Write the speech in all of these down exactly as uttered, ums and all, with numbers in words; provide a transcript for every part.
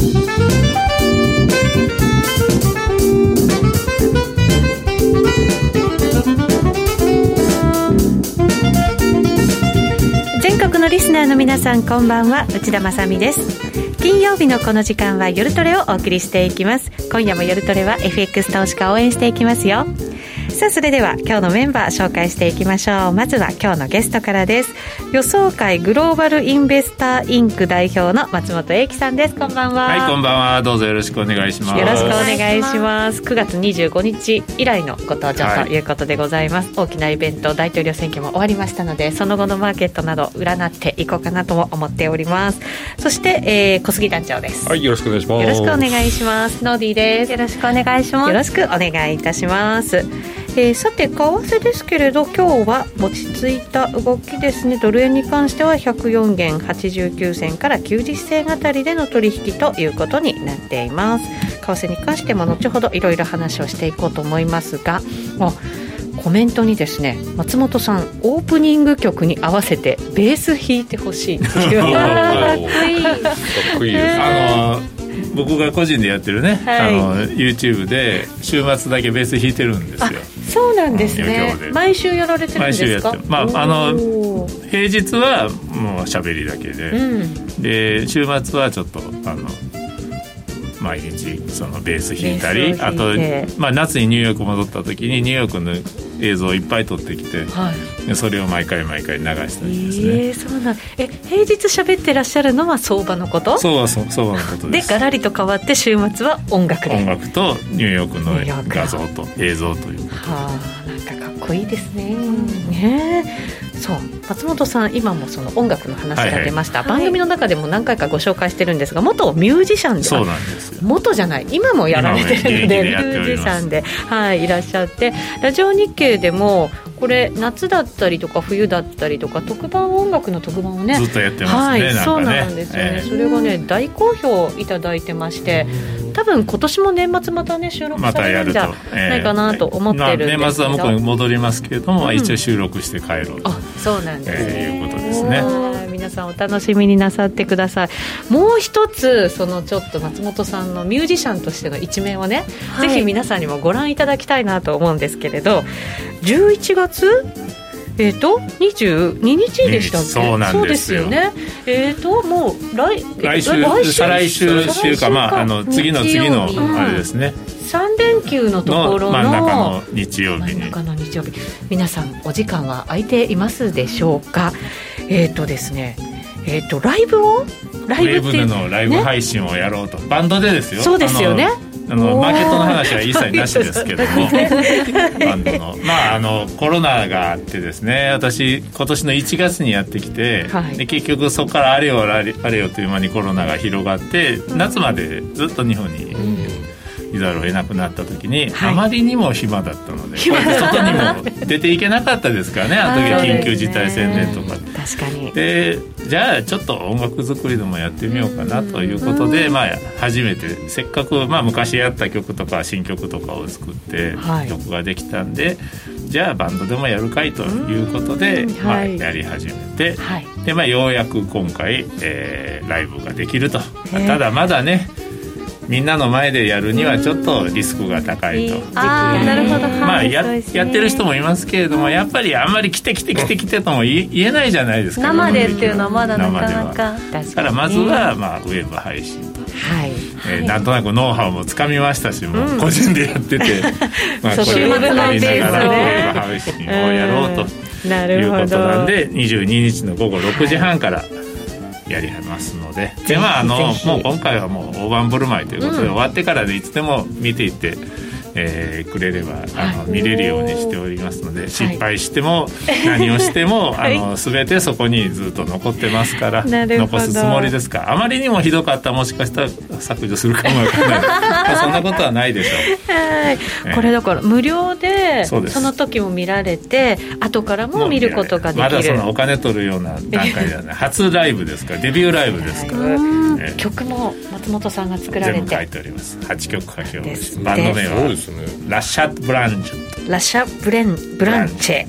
全国のリスナーの皆さん、こんばんは、内田まさみです。金曜日のこの時間は夜トレをお送りしていきます。今夜も夜トレは エフエックス 投資家を応援していきますよ。さあ、それでは今日のメンバー紹介していきましょう。まずは今日のゲストからです。予想会グローバルインベスターインク代表の松本英樹さんです。こんばんは。 はい、こんばんは。どうぞよろしくお願いします。 よろしくお願いします。くがつにじゅうごにち以来のご登場ということでございます、はい、大きなイベント、大統領選挙も終わりましたので、その後のマーケットなど占っていこうかなとも思っております。そして、えー、小杉団長です。 はい、よろしくお願いします。 よろしくお願いします。ノーディーです。 よろしくお願いします。 よろしくお願いいたします。えー、さて為替ですけれど、今日は落ち着いた動きですね。ドル円に関してはひゃくよんえんはちじゅうきゅうせんからきゅうじゅっせんあたりでの取引ということになっています。為替に関しても後ほどいろいろ話をしていこうと思いますが、もうコメントにですね、松本さんオープニング曲に合わせてベース弾いてほしいっていうかっこいいかっこいいです。あの僕が個人でやってるね、はい、あの YouTube で週末だけベース弾いてるんですよ。 そうなんですね。毎週やられてるんですか？ 毎週やってる、まあ、あの平日はもう喋りだけで、うん、で週末はちょっとあの毎日そのベース弾いたり、あと、まあ、夏にニューヨーク戻った時にニューヨークの映像をいっぱい撮ってきて、はい、でそれを毎回毎回流したりですね。 えー、そうなんえ平日喋ってらっしゃるのは相場のこと？ そうは相場のことです。 でガラリと変わって週末は音楽で、 音楽とニューヨークの画像と映像ということで、 はあ、なんかかっこいいですね。ねえ、そう、松本さん今もその音楽の話が出ました、はいはい、番組の中でも何回かご紹介してるんですが、元ミュージシャンで、 そうなんですよ。 元じゃない、今もやられてるので、ミュージシャンで、はい、いらっしゃって、ラジオ日経でもこれ夏だったりとか冬だったりとか特番、音楽の特番をねずっとやってますね。 はい、そうなんですよね、えー、それがね大好評いただいてまして、多分今年も年末またね収録されるんじゃないかなと思ってるんですけど、 まあ、年末は向こうに戻りますけれども、うん、一応収録して帰ろうと、 あ、そうなんですね、 えー、いうことですね。 皆さんお楽しみになさってください。もう一つそのちょっと松本さんのミュージシャンとしての一面をね、はい、ぜひ皆さんにもご覧いただきたいなと思うんですけれど、じゅういちがつえー、とにじゅうににちでしたっけ？ そうなんですよ。 そうですよね。えー、ともう 来, 来週来週再来週週か、まあ、あの次の次のあれですね、 さん連休のところの真ん中の日曜日に、 真ん中の日曜日、皆さんお時間は空いていますでしょうか？えー、とですねえー、とライブをライブっていうウェブでのライブ配信をやろうと、ね、バンドでですよ。 そうですよね。 あのマーケットの話は一切なしですけどもバンドの、まあ、あのコロナがあってですね、私今年のいちがつにやってきて、はい、で結局そこからあれよあれあれよという間にコロナが広がって、うん、夏までずっと日本に、うんいざるを得なくなった時に、はい、あまりにも暇だったので、外にも出ていけなかったですからねあの時緊急事態宣言とか、 確かに。 でじゃあちょっと音楽作りでもやってみようかなということで、まあ、初めてせっかく、まあ、昔やった曲とか新曲とかを作って曲ができたんで、はい、じゃあバンドでもやるかいということで、まあ、やり始めて、はい、でまあ、ようやく今回、えー、ライブができると。ただまだねみんなの前でやるにはちょっとリスクが高いと。 あ、なるほど、 まあ、や, やってる人もいますけれども、やっぱりあんまり来て来て来て来てとも言えないじゃないですか。 生でっていうのはまだなかなか。 だからまずは、まあ、ウェブ配信と、はいえー、なんとなくノウハウもつかみましたし、もう個人でやってて、うんまあ、これをやりながらウェブ配信をやろうということなんで、にじゅうににちの午後ろくじはんからやりますので、で、まあ、あのもう今回はもう大盤振る舞いということで、うん、終わってからでいつでも見ていってえー、くれればあの、はい、見れるようにしておりますので、はい、失敗しても何をしても、はい、あの全てそこにずっと残ってますから残すつもりですから、あまりにもひどかったらもしかしたら削除するかもわからないまあそんなことはないでしょう、はい、 えー、これだから無料で そ, その時も見られて後からも見ることができる。 まだそのお金取るような段階ではない初ライブですからデビューライブですから、えー、曲も松本さんが作られて全部書いております。はちきょく書きます。バンド名はラッシャ・ブランチェラッシャ・ブレンブランチェ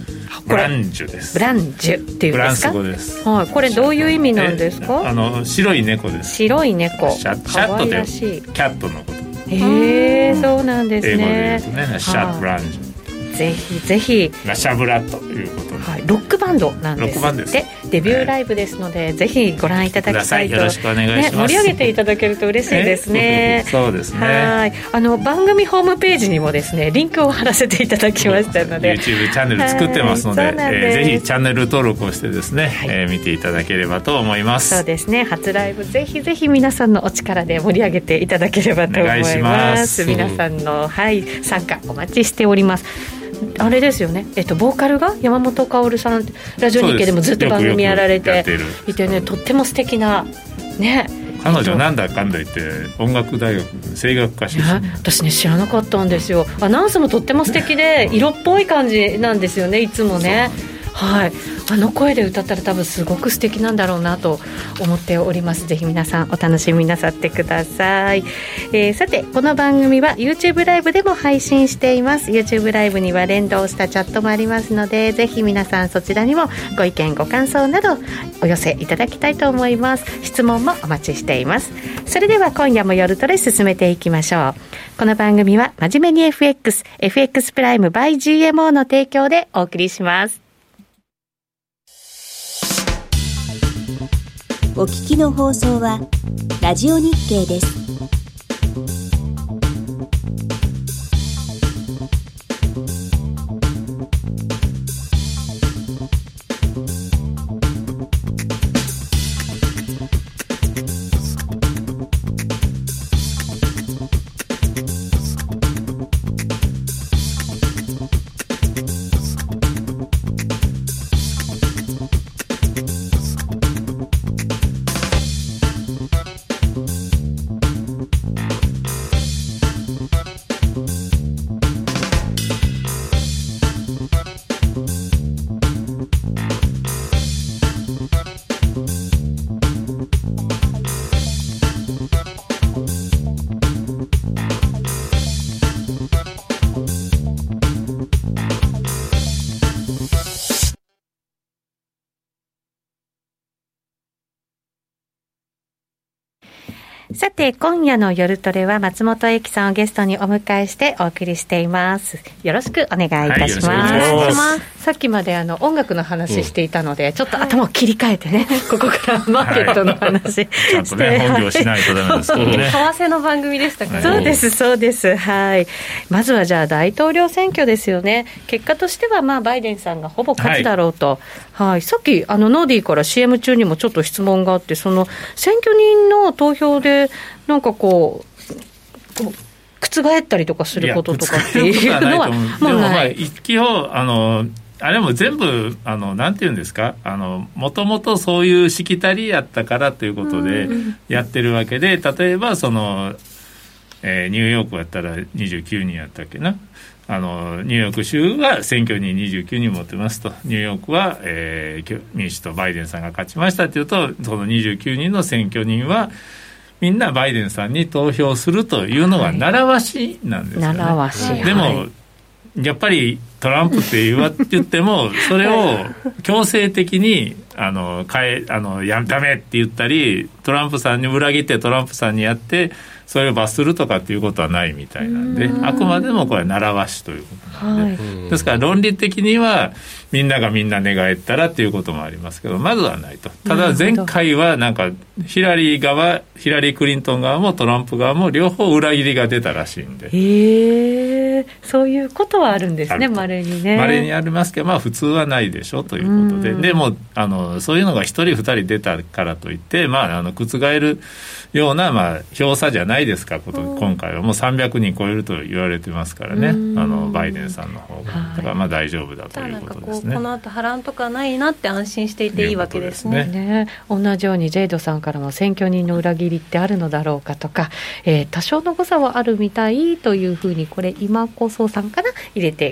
ブランジュです。 ブランジュっていうんですか。 フランス語です、 はい、これどういう意味なんですか。 あの白い猫です。 白い猫、 シャットでキャットのこと。 へえ、そうなんですね。 英語で言うとね、シャットブランジュ。 ぜひぜひラシャブラということで、 はい、ロックバンドなんですってデビューライブですので、はい、ぜひご覧いただきたいと、 よろしくお願いします、 ね、盛り上げていただけると嬉しいですね。 そうですね。 はい、あの番組ホームページにもですねリンクを貼らせていただきましたので YouTube チャンネル作ってますの で,、はい、でえー、ぜひチャンネル登録をしてですね、はい、えー、見ていただければと思います。 そうですね、初ライブぜひぜひ皆さんのお力で盛り上げていただければと思います。お願いします。皆さんの、はい、参加お待ちしております。あれですよね、えっと、ボーカルが山本薫さん、ラジオ日経でもずっと番組やられていてね、とっても素敵なね。 彼女なんだかんだ言って音楽大学声楽科出身。 私ね知らなかったんですよ。アナウンスもとっても素敵で色っぽい感じなんですよね、いつもね。はい、あの声で歌ったら多分すごく素敵なんだろうなと思っております。ぜひ皆さんお楽しみなさってください。えー、さてこの番組は YouTube ライブでも配信しています。 YouTube ライブには連動したチャットもありますので、ぜひ皆さんそちらにもご意見ご感想などお寄せいただきたいと思います。質問もお待ちしています。それでは今夜も夜トレ進めていきましょう。この番組は真面目に エフエックス エフエックス プライム by ジーエムオー の提供でお送りします。 お聞きの放送はラジオ日経です。 さて今夜の夜トレは松本英樹さんをゲストにお迎えしてお送りしています。よろしくお願いいたします。はい、さっきまであの音楽の話していたので、うん、ちょっと頭を切り替えてね、はい、ここからマーケットの話して、はい、 ちゃんとね本業しないとダメですけどね。 為替の番組でしたから、ね、 そうですそうです。はい。まずはじゃあ大統領選挙ですよね。結果としてはまあバイデンさんがほぼ勝つだろうと。はい。はい、さっきあのノーディーから シーエム 中にもちょっと質問があって、その選挙人の投票でなんかこう、こう覆ったりとかすることとかっていうのはもうない。 基本あのあれも全部あのなんていうんですか、あのもともとそういうしきたりやったからということでやってるわけで、例えばその、えー、ニューヨークやったらにじゅうきゅうにんやったっけな、あのニューヨーク州は選挙ににじゅうきゅうにん持ってますと、ニューヨークは、えー、民主党バイデンさんが勝ちましたというと、そのにじゅうきゅうにんの選挙人はみんなバイデンさんに投票するというのが習わしなんですよね。 習わし。 でも、はい、やっぱりトランプって言わ言ってもそれを強制的にあの変えあのやダメって言ったり、トランプさんに裏切ってトランプさんにやってそれを罰するとかっていうことはないみたいなんで、んあくまでもこれは習わしということなんで、はい、ですから論理的にはみんながみんな寝返ったらっていうこともありますけど、まずはないと。ただ前回はなんかヒラリー側ヒラリー・クリントン側もトランプ側も両方裏切りが出たらしいんで、 へえ、そういうことはあるんですね。稀にね稀にありますけど、まあ普通はないでしょということで、でもあのそういうのが一人二人出たからといって、まあ、あの覆るような、まあ、票差じゃないですか。こと今回はもうさんびゃくにん超えると言われてますからね、あのバイデンさんの方が、はい、だからまあ大丈夫だということですね。 この後波乱とかないなって安心していていいわけですね。 ね、同じようにジェイドさんからも選挙人の裏切りってあるのだろうかとか、えー、多少の誤差はあるみたいというふうに、これ今こそさんから入れてくれま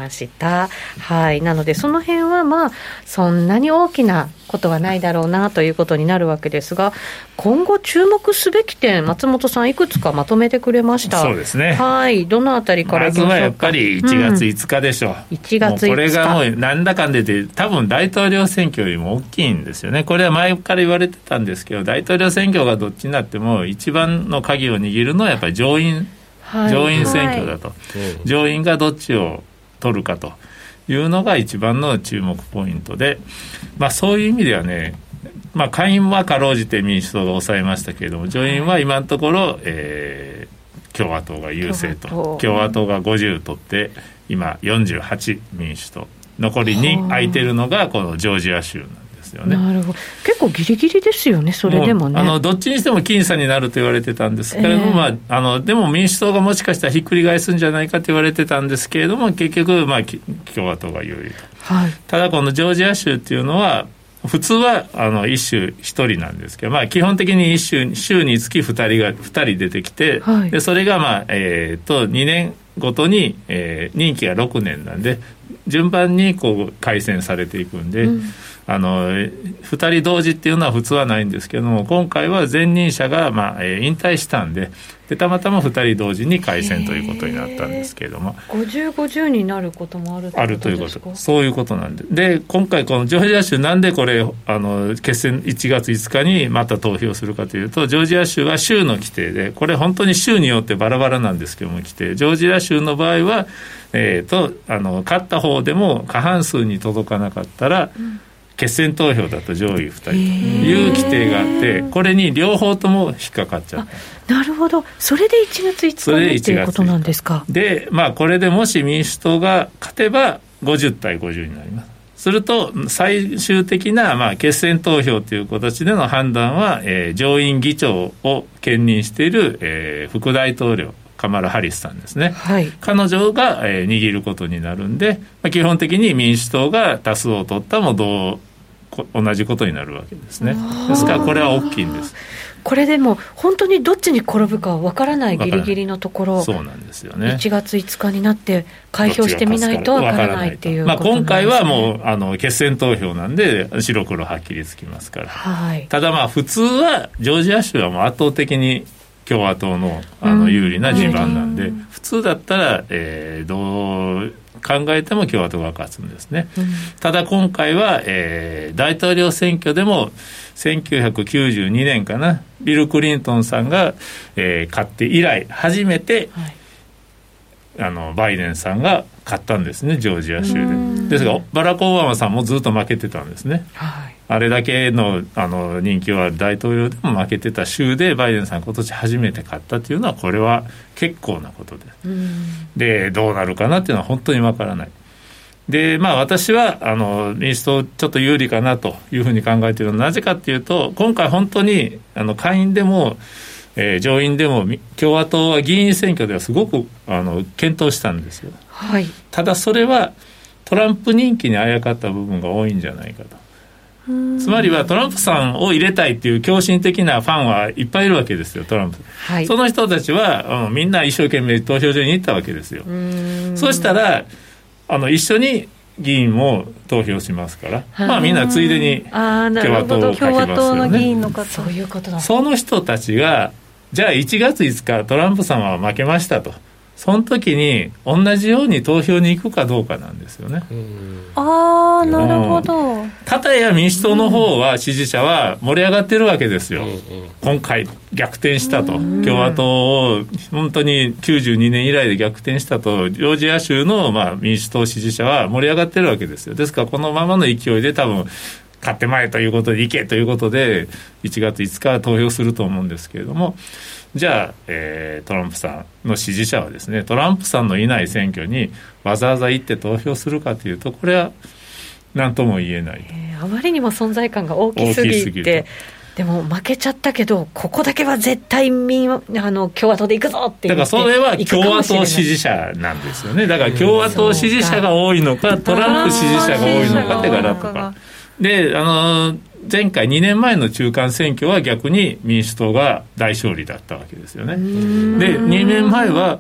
ました。はい、なのでその辺はまあそんなに大きなことはないだろうなということになるわけですが、今後注目すべき点、松本さんいくつかまとめてくれました。 そうですね、 はい、どのあたりからいきましょうか。 まずはやっぱりいちがついつかでしょう、うん、 いちがついつか、 もうこれがもうなんだかんでて多分大統領選挙よりも大きいんですよね。これは前から言われてたんですけど、大統領選挙がどっちになっても一番の鍵を握るのはやっぱり上院、はい、上院選挙だと、はい、上院がどっちを取るかというのが一番の注目ポイントで、まあ、そういう意味ではね、まあ、下院はかろうじて民主党が抑えましたけれども、上院は今のところ、えー、共和党が優勢と、共和党、共和党がごじゅう取って今よんじゅうはち民主党、残りに空いてるのがこのジョージア州なんですよね。 なるほど、結構ギリギリですよね。それでもね、 もあのどっちにしても僅差になると言われてたんですけれども、えーまあ、あのでも民主党がもしかしたらひっくり返すんじゃないかと言われてたんですけれども、結局、まあ、共和党が有利と、はい、ただこのジョージア州っていうのは普通はあの一州一人なんですけど、まあ、基本的に一州州につきふたりがふたり出てきて、はい、でそれが、まあえー、とにねんごとに、えー、任期がろくねんなんで順番にこう改選されていくんで、うん、あのふたり同時っていうのは普通はないんですけども、今回は前任者が、まあえー、引退したんで、でたまたまふたり同時に改選ということになったんですけれども、 ごじゅう、ごじゅうになることもあるということですか。あるということ、 そういうことなんで、で今回このジョージア州なんでこれあの決選いちがついつかにまた投票するかというと、ジョージア州は州の規定で、これ本当に州によってバラバラなんですけども、規定ジョージア州の場合は、えー、とあの勝った方でも過半数に届かなかったら、うん決選投票だと上位ふたりという規定があって、これに両方とも引っかかっちゃった。 なるほど、それでいちがついつかにということなんですか。 で、まあ、これでもし民主党が勝てばごじゅうたいごじゅうになります。すると最終的な、まあ、決選投票という形での判断は、えー、上院議長を兼任している、えー、副大統領カマラ・ハリスさんですね、はい、彼女が、えー、握ることになるんで、まあ、基本的に民主党が多数を取ったも同同じことになるわけですね。ですからこれは大きいんです。 これでも本当にどっちに転ぶかわからないギリギリのところ、 そうなんですよね。 いちがついつかになって開票してみないとわからないっていうことなんですね。 まあ、今回はもうあの決選投票なんで白黒はっきりつきますから、はい、ただまあ普通はジョージア州はもう圧倒的に共和党 の, あの有利な地盤なんで、うん、普通だったら、えー、どう考えても共和党が勝つんですね、うん、ただ今回は、えー、大統領選挙でもせんきゅうひゃくきゅうじゅうにねんかな、ビル・クリントンさんが、えー、勝って以来初めて、はい、あのバイデンさんが勝ったんですね、ジョージア州で。ですがバラク・オバマさんもずっと負けてたんですね、はい、あれだけ の, あの人気は大統領でも負けてた州でバイデンさん今年初めて勝ったというのは、これは結構なことで、でどうなるかなっていうのは本当にわからない。で、まあ、私はあの民主党ちょっと有利かなというふうに考えているのはなぜかというと、今回本当にあの下院でも、えー、上院でも共和党は議員選挙ではすごくあの検討したんですよ、はい、ただそれはトランプ人気にあやかった部分が多いんじゃないかと。つまりはトランプさんを入れたいっていう狂信的なファンはいっぱいいるわけですよ、トランプ、はい、その人たちは、うん、みんな一生懸命投票所に行ったわけですよ。そうしたらあの一緒に議員も投票しますから、まあ、みんなついでに共和党を書きますよね。共和党の議員の方、 そういうことだ。 その人たちがじゃあいちがついつかトランプさんは負けましたと、その時に同じように投票に行くかどうかなんですよね。 ああ、なるほど。 かたや民主党の方は支持者は盛り上がってるわけですよ、うん、今回逆転したと、共和党を本当にきゅうじゅうにねん以来で逆転したと、ジョージア州の、まあ、民主党支持者は盛り上がってるわけですよ。ですからこのままの勢いで多分勝ってまえということで行けということでいちがついつか投票すると思うんですけれども、じゃあ、えー、トランプさんの支持者はですね、トランプさんのいない選挙にわざわざ行って投票するかというと、これは何とも言えない、 えー、あまりにも存在感が大きすぎて、でも負けちゃったけどここだけは絶対民あの共和党で行くぞって言って、 だからそれは共和党支持者なんですよね。だから共和党支持者が多いのかトランプ支持者が多いのかってガラッとかで、あの前回にねんまえの中間選挙は逆に民主党が大勝利だったわけですよね。でにねんまえは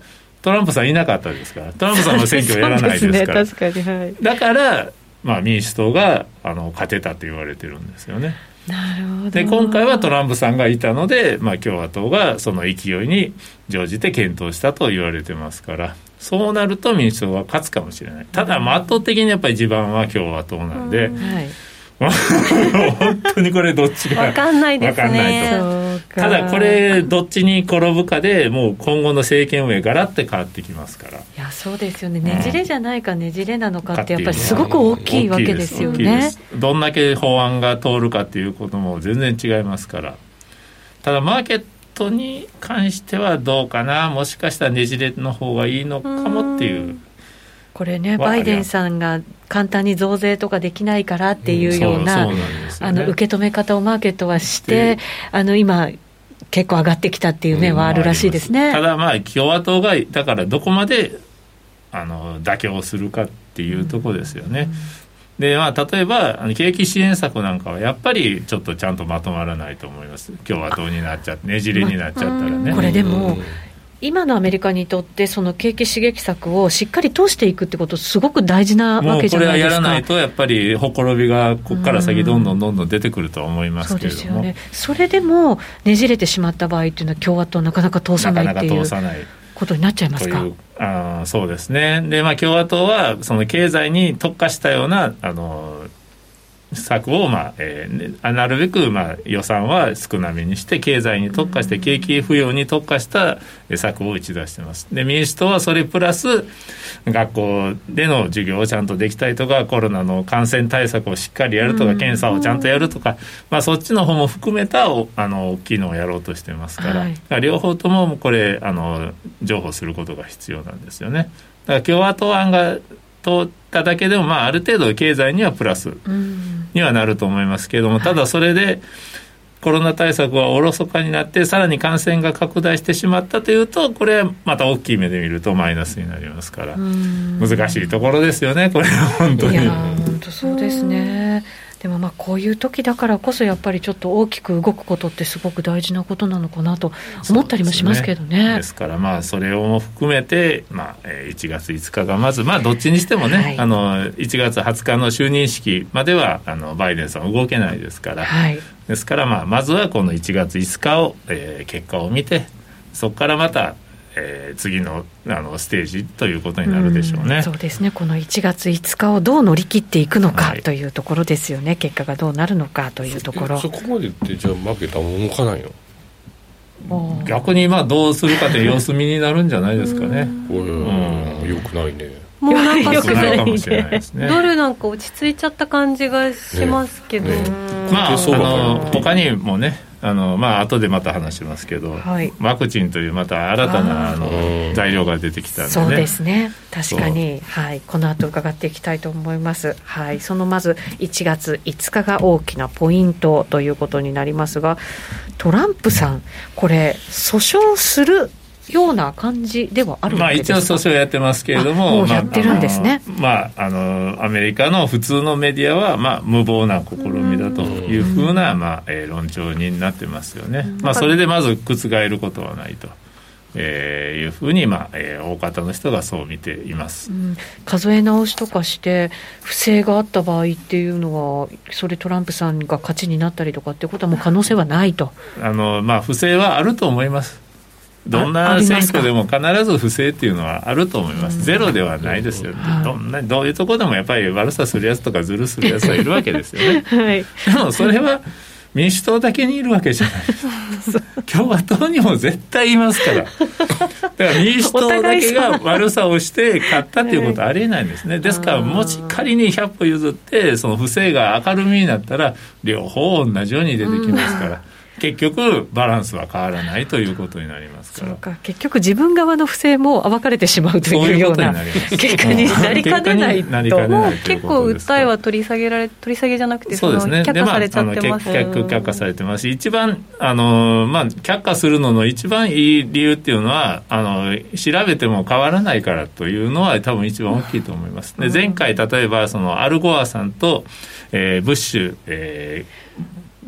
トランプさんいなかったですから、トランプさんの選挙をやらないですからそうですね、確かに、はい、 だから、まあ、民主党があの勝てたと言われてるんですよね。 なるほど。 で今回はトランプさんがいたので、まあ、共和党がその勢いに乗じて検討したと言われてますから、そうなると民主党は勝つかもしれない。ただ圧倒的にやっぱり地盤は共和党なんで、うんはい本当にこれどっちが分かんないですね。分かんないと。ただこれどっちに転ぶかでもう今後の政権運営ガラッと変わってきますから。いやそうですよね。ねじれじゃないかねじれなのかってやっぱりすごく大きいわけですよね。 どんだけ法案が通るかっていうことも全然違いますから。ただマーケットに関してはどうかな、もしかしたらねじれの方がいいのかもっていう。 これねバイデンさんが簡単に増税とかできないからっていうような、うんね、あの受け止め方をマーケットはしてあの今結構上がってきたっていう面はあるらしいですね、 うん、ただまあ共和党がだからどこまであの妥協するかっていうところですよね、うんでまあ、例えばあの景気支援策なんかはやっぱりちょっとちゃんとまとまらないと思います。共和党になっちゃってねじれになっちゃったらね、 ま、これでも今のアメリカにとってその景気刺激策をしっかり通していくってことすごく大事なわけじゃないですか。もうこれはやらないとやっぱりほころびがここから先どんどんどんどん出てくるとは思いますけれども、そうですよね。 それでもねじれてしまった場合っていうのは共和党なかなか通さないっていうことになっちゃいますか。 というあそうですね。で、まあ、共和党はその経済に特化したようなあの策を、まあえー、なるべく、まあ、予算は少なめにして経済に特化して景気浮揚に特化した策を打ち出しています。で民主党はそれプラス学校での授業をちゃんとできたりとかコロナの感染対策をしっかりやるとか検査をちゃんとやるとか、まあ、そっちの方も含めたあの大きいのをやろうとしてますから、はい、だから両方ともこれあの譲歩することが必要なんですよね。だから共和党案が通っただけでも、まあ、ある程度経済にはプラスにはなると思いますけれども、ただそれでコロナ対策はおろそかになってさらに感染が拡大してしまったというと、これはまた大きい目で見るとマイナスになりますから、難しいところですよねこれは本当に。いや本当そうですね。でもまあこういう時だからこそやっぱりちょっと大きく動くことってすごく大事なことなのかなと思ったりもしますけどね。 ですね。ですからまあそれを含めて、まあ、いちがついつかがまずまあどっちにしてもね、はい、あのいちがつはつかの就任式まではあのバイデンさんは動けないですから、はい、ですからまあまずはこのいちがついつかを、えー、結果を見てそこからまたえー、次 の, あのステージということになるでしょうね。 うん、そうですね。このいちがついつかをどう乗り切っていくのか、はい、というところですよね。結果がどうなるのかというところ。 そ, そこまでってじゃあ負けたらもう動かないよ。 逆にまあどうするかという様子見になるんじゃないですかね。 うん、うん、よくないね。 もうなんかよくないかもしれないですね。 ドルなんか落ち着いちゃった感じがしますけど、ねね、 まあ、あの他にもねあのまあ後でまた話しますけど、はい、ワクチンというまた新たなあの材料が出てきたんでね。 そうですね。確かに、はい、この後伺っていきたいと思います。はい、そのまずいちがついつかが大きなポイントということになりますが、トランプさんこれ訴訟するような感じではあるわけですか。 まあ、一応訴訟やってますけれども、 もうやってるんですね。 まあ、あの、まあ、アメリカの普通のメディアは、まあ、無謀な試みだというふうな、まあえー、論調になってますよね。まあ、それでまず覆ることはないと、えー、いうふうに、まあえー、大方の人がそう見ています、うん、 数え直しとかして不正があった場合っていうのはそれトランプさんが勝ちになったりとかっていうことはもう可能性はないと。 あの、まあ、不正はあると思います。どんな選挙でも必ず不正っていうのはあると思います。ゼロではないですよね。どんなどういうところでもやっぱり悪さするやつとかずるするやつはいるわけですよね、はい、でもそれは民主党だけにいるわけじゃないです共和党にも絶対いますからだから民主党だけが悪さをして勝ったっていうことはありえないんですね。ですからもし仮にひゃっぽ譲ってその不正が明るみになったら両方同じように出てきますから、結局バランスは変わらないということになりますから。 そうか、結局自分側の不正も暴かれてしまうというような結果になりかねないと。 もう結構訴えは取り下げられ取り下げじゃなくてそのそうですね。 却下されちゃってます。 で、まあ、あの却下されてますし、一番あの、まあ、却下するのの一番いい理由っていうのはあの調べても変わらないからというのは多分一番大きいと思います。で、前回例えばそのアルゴアさんと、えー、ブッシュ、えー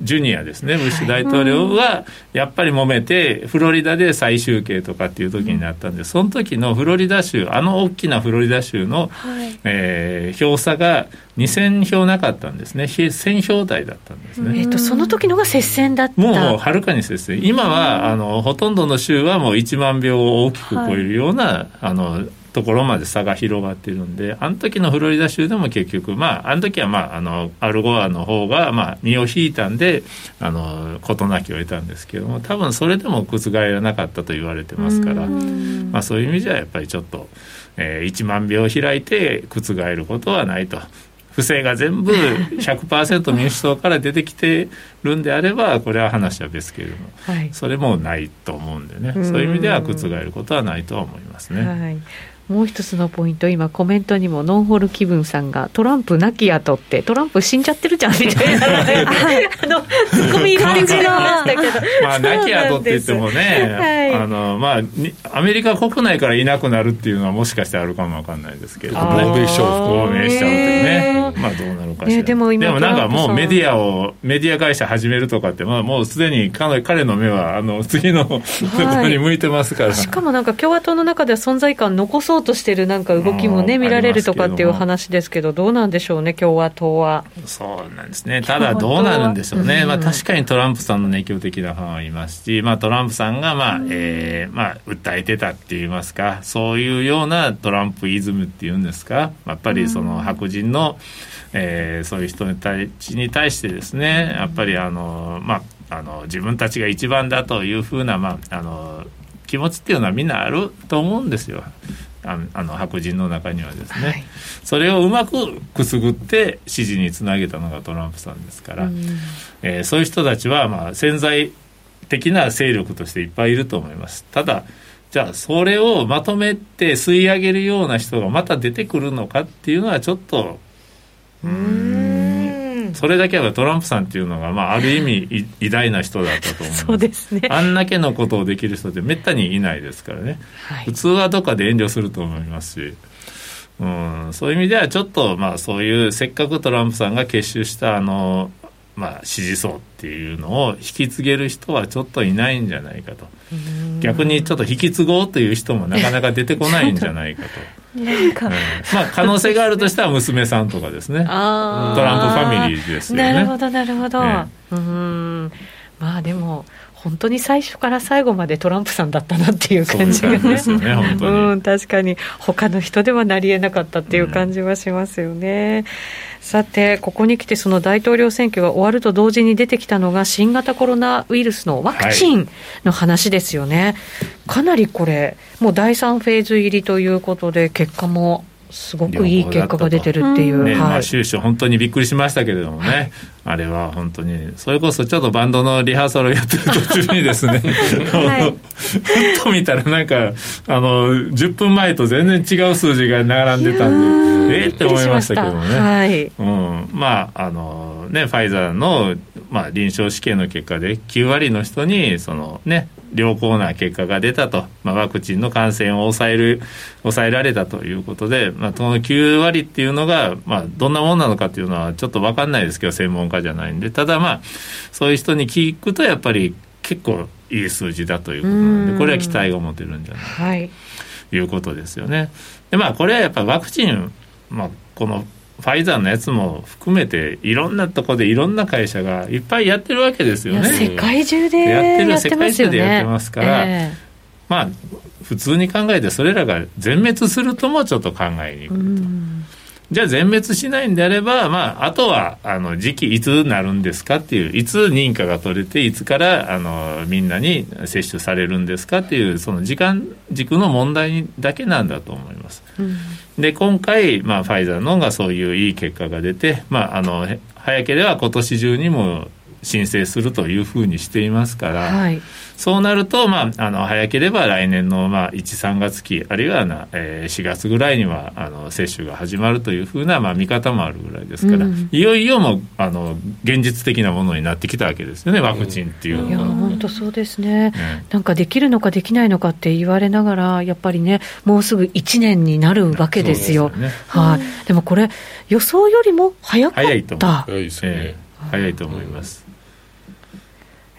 ジュニアですね、ブッシュ大統領はやっぱり揉めてフロリダで再集計とかっていう時になったんで、その時のフロリダ州、あの大きなフロリダ州の、はいえー、票差がにせんひょうなかったんですね。せんひょう台だったんですね。 えー、とその時のが接戦だった。 もうはるかに接戦。今はあのほとんどの州はもういちまんひょうを大きく超えるような、はい、あのところまで差が広がっているんで、あの時のフロリダ州でも結局、まあ、あの時は、まあ、あのアルゴアの方が、まあ、身を引いたんであの事なきを得たんですけども、多分それでも覆らなかったと言われてますから、まあ、そういう意味じゃやっぱりちょっと、えー、いちまんひょう開いて覆ることはないと。不正が全部 ひゃくパーセント 民主党から出てきてるんであればこれは話は別けれども、はい、それもないと思うんでね、そういう意味では覆ることはないとは思いますね。 はい、もう一つのポイント、今コメントにもノンホル気分さんがトランプ亡き後ってトランプ死んじゃってるじゃんみたいなあのツッコミ入れてましたけどまあ亡き後って言ってもね、はい、あのまあアメリカ国内からいなくなるっていうのはもしかしてあるかもわかんないですけど、 亡命しちゃう亡命しちゃうっていうね、まあどうなるかしら、ね、 でも今でもなんかもうメディアをメディア会社始めるとかって、まあ、もうすでに彼, 彼の目はあの次のところに向いてますから、 はい、しかもなんか共和党の中では存在感残そうとしてるなんか動きもね見られるとかっていう話ですけど、どうなんでしょうね共和党は。 そうなんですね。ただどうなるんでしょうね、うんまあ、確かにトランプさんの熱狂的なファンはいますし、まあ、トランプさんが、まあえーまあ、訴えてたって言いますか、そういうようなトランプイズムっていうんですか、やっぱりその白人の、えー、そういう人たちに対してですね、やっぱりあの、まあ、あの自分たちが一番だというふうな、まあ、あの気持ちっていうのはみんなあると思うんですよ。ああの白人の中にはですね、はい、それをうまくくすぐって支持につなげたのがトランプさんですから、うんえー、そういう人たちはまあ潜在的な勢力としていっぱいいると思います。ただじゃあそれをまとめて吸い上げるような人がまた出てくるのかっていうのはちょっとうーんそれだけはトランプさんっていうのが、まあ、ある意味偉大な人だったと思います。 そうですね。 あんだけのことをできる人ってめったにいないですからね、はい、普通はどっかで遠慮すると思いますし、うん、そういう意味ではちょっと、まあ、そういうせっかくトランプさんが結集したあの、まあ、支持層っていうのを引き継げる人はちょっといないんじゃないかと。逆にちょっと引き継ごうという人もなかなか出てこないんじゃないかとなんか、うんまあ、可能性があるとしては娘さんとかですねあトランプファミリーですよね。 なるほどなるほど、ね、うーんまあでも本当に最初から最後までトランプさんだったなっていう感じがね、そうですね本当に、うん、確かに他の人ではなり得なかったっていう感じはしますよね、うん、さてここに来てその大統領選挙が終わると同時に出てきたのが新型コロナウイルスのワクチンの話ですよね、はい、かなりこれもうだいさんフェーズ入りということで結果もすごくいい結果が出てるっていう、 ねはいまあ、収支本当にびっくりしましたけれどもね、はい、あれは本当にそれこそちょっとバンドのリハーサルをやってる途中にですねはい、ふっと見たらなんかあのじゅっぷんまえと全然違う数字が並んでたんでえー、って思いましたけどもね、はいうん、まああのねファイザーの、まあ、臨床試験の結果できゅうわりの人にそのね良好な結果が出たと、まあ、ワクチンの感染を抑える抑えられたということで、まあ、そのきゅうわりっていうのが、まあ、どんなものなのかっていうのはちょっと分かんないですけど専門家じゃないんで、ただまあそういう人に聞くとやっぱり結構いい数字だということなのでこれは期待が持てるんじゃないかと、はい、いうことですよね。でまあこれはやっぱりワクチン、まあ、このファイザーのやつも含めていろんなところでいろんな会社がいっぱいやってるわけですよね。 世界中でやってますよね。 世界中でやってますから、えー、まあ普通に考えてそれらが全滅するともちょっと考えにくいと。うんじゃあ全滅しないんであれば、まあ、あとはあの時期いつなるんですかっていういつ認可が取れていつからあのみんなに接種されるんですかっていうその時間軸の問題だけなんだと思います、うん、で今回、まあ、ファイザーのがそういういい結果が出て、まあ、あの早ければ今年中にも申請するというふうにしていますから、はい、そうなると、まあ、あの早ければ来年の、まあ、いち、さんがつ期あるいはな、えー、しがつぐらいにはあの接種が始まるというふうな、まあ、見方もあるぐらいですから、うん、いよいよもうあの現実的なものになってきたわけですよねワクチンっていうのは、うん、いや本当そうですね、ねなんかできるのかできないのかって言われながらやっぱりねもうすぐいちねんになるわけですよ。そうですよね、はい、でもこれ予想よりも早かった。 早いと思う、早いですね、えー、早いと思います。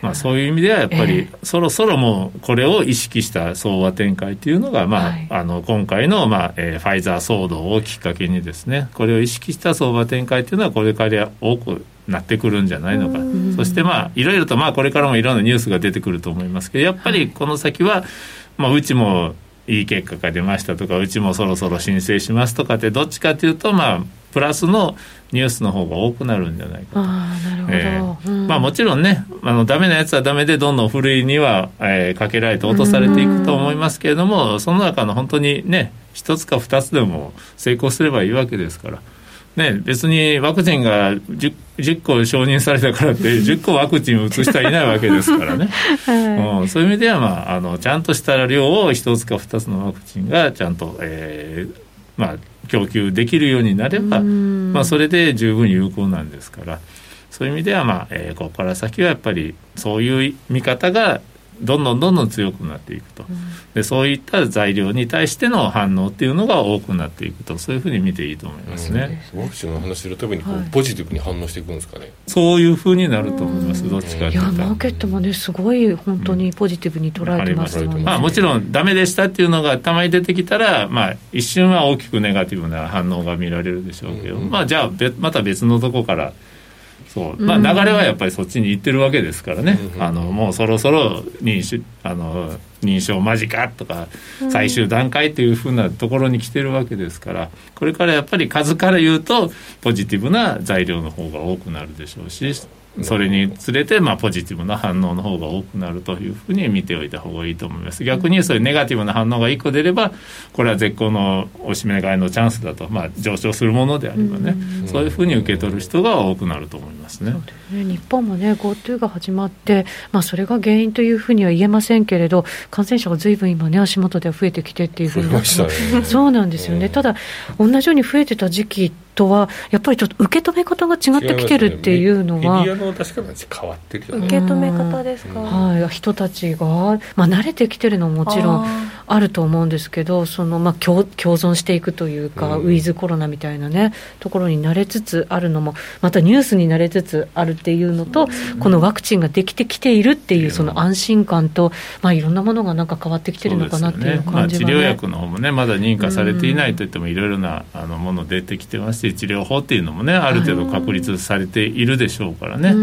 まあ、そういう意味ではやっぱり、えー、そろそろもうこれを意識した相場展開というのが、まあはい、あの今回の、まあえー、ファイザー騒動をきっかけにですね、これを意識した相場展開というのはこれから多くなってくるんじゃないのか。そしてまあいろいろとまあこれからもいろんなニュースが出てくると思いますけど、やっぱりこの先は、まあ、うちもいい結果が出ましたとか、うちもそろそろ申請しますとかって、どっちかというとまあプラスのニュースの方が多くなるんじゃないかと。 あなるほど、えーうん、 まあ、もちろんね、あのダメなやつはダメでどんどんふるいには、えー、かけられて落とされていくと思いますけれども、その中の本当にね一つか二つでも成功すればいいわけですからね、別にワクチンが 10, じゅっこ承認されたからってじゅっこワクチンを打つ人はいないわけですからね、はいうん、そういう意味では、まあ、あのちゃんとした量を一つか二つのワクチンがちゃんと、えーまあ、供給できるようになれば、まあ、それで十分有効なんですから、そういう意味では、まあえー、ここから先はやっぱりそういう見方がどんどんどんどん強くなっていくと、うん、でそういった材料に対しての反応っていうのが多くなっていくと、そういうふうに見ていいと思いますね。 うん、ワクチンの話するためにこう、はい、ポジティブに反応していくんですかね。 そういうふうになると思います。どっちかというと、いやマーケットもねすごい本当にポジティブに捉えてますもんね。 うんまあ、もちろんダメでしたっていうのがたまに出てきたら、まあ、一瞬は大きくネガティブな反応が見られるでしょうけど、うんまあ、じゃあまた別のとこからそうまあ、流れはやっぱりそっちに行ってるわけですからね、うん、あのもうそろそろ認証、あの認証間近とか最終段階というふうなところに来てるわけですから、これからやっぱり数から言うとポジティブな材料の方が多くなるでしょうし、それにつれてまあポジティブな反応の方が多くなるというふうに見ておいた方がいいと思います。逆にそういうネガティブな反応がいっこ出れば、これは絶好のおしめ買いのチャンスだと、まあ、上昇するものであればね、うそういうふうに受け取る人が多くなると思いますね。 そうですね、日本もね GoTo が始まって、まあ、それが原因というふうには言えませんけれど、感染者が随分今ね足元では増えてきてっていうふうになって、ね、そうなんですよね。ただ同じように増えてた時期とはやっぱりちょっと受け止め方が違ってきてるっていうのは、 メディアの確かに変わってるよね。 受け止め方ですか、 はい、人たちが、まあ、慣れてきてるのももちろんあると思うんですけど、その、まあ、共, 共存していくというか、うん、ウィズコロナみたいなねところに慣れつつあるのも、またニュースに慣れつつあるっていうのと、このワクチンができてきているっていうその安心感と、まあ、いろんなものがなんか変わってきてるのかなっていう感じは、ね、まあ、治療薬の方もねまだ認可されていないといってもいろいろなあのもの出てきてますし、治療法っていうのもねある程度確立されているでしょうからね、うん、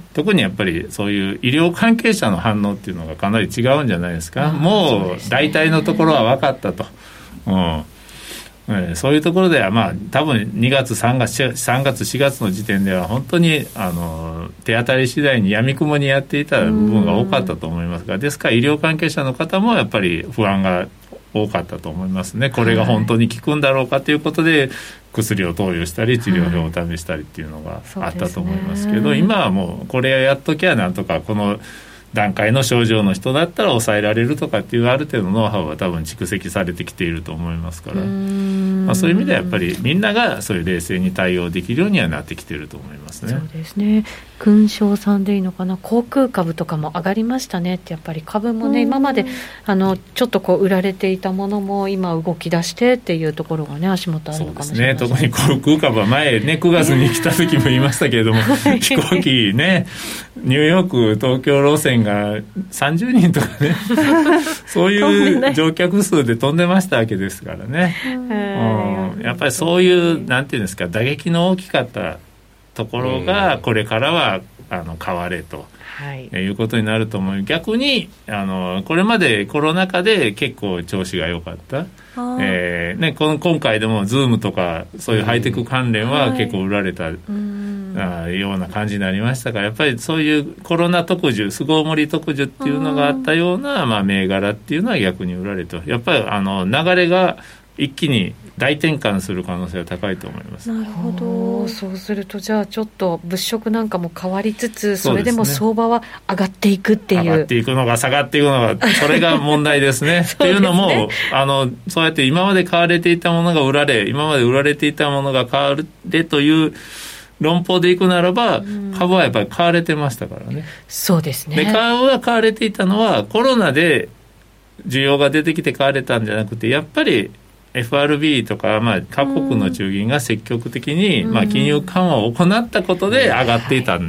特にやっぱりそういう医療関係者の反応っていうのがかなり違うんじゃないですか。もう大体のところは分かったと、うんえー、そういうところではまあ多分にがつさんがつさんがつしがつの時点では本当にあの手当たり次第にやみくもにやっていた部分が多かったと思いますが、ですから医療関係者の方もやっぱり不安が多かったと思いますね。これが本当に効くんだろうかということで薬を投与したり治療法を試したりっていうのがあったと思いますけど、はい、今はもうこれやっときゃなんとかこの段階の症状の人だったら抑えられるとかっていうある程度のノウハウは多分蓄積されてきていると思いますから、まあ、そういう意味ではやっぱりみんながそういう冷静に対応できるようにはなってきていると思いますね。 そうですね。勲章さんでいいのかな、航空株とかも上がりましたねって。やっぱり株もね今まであのちょっとこう売られていたものも今動き出してっていうところがね足元あるのかもしれないですね。特に航空株は前ねくがつに来た時も言いましたけれども飛行機ねニューヨーク東京路線がさんじゅうにんとかねそういう乗客数で飛んでましたわけですからね、うん、やっぱりそういうなんていうんですか打撃の大きかったところがこれからはあの変われと、はい、いうことになると思う。逆にあのこれまでコロナ禍で結構調子が良かった、えーね、この今回でもズームとかそういうハイテク関連は結構売られた、うん、あような感じになりましたから、やっぱりそういうコロナ特需巣ごもり特需っていうのがあったような、まあ、銘柄っていうのは逆に売られて、やっぱりあの流れが一気に大転換する可能性は高いと思います。 なるほど。そうするとじゃあちょっと物色なんかも変わりつつ、それでも相場は上がっていくっていう、 上がっていくのか下がっていくのかそれが問題ですねっていうのもあのそうやって今まで買われていたものが売られ、今まで売られていたものが買われという論法でいくならば、うん、株はやっぱり買われてましたからね。 そうですね。 で株が買われていたのはコロナで需要が出てきて買われたんじゃなくて、やっぱりエフアールビー とか、まあ、各国の中銀が積極的に、うんまあ、金融緩和を行ったことで上がっていたん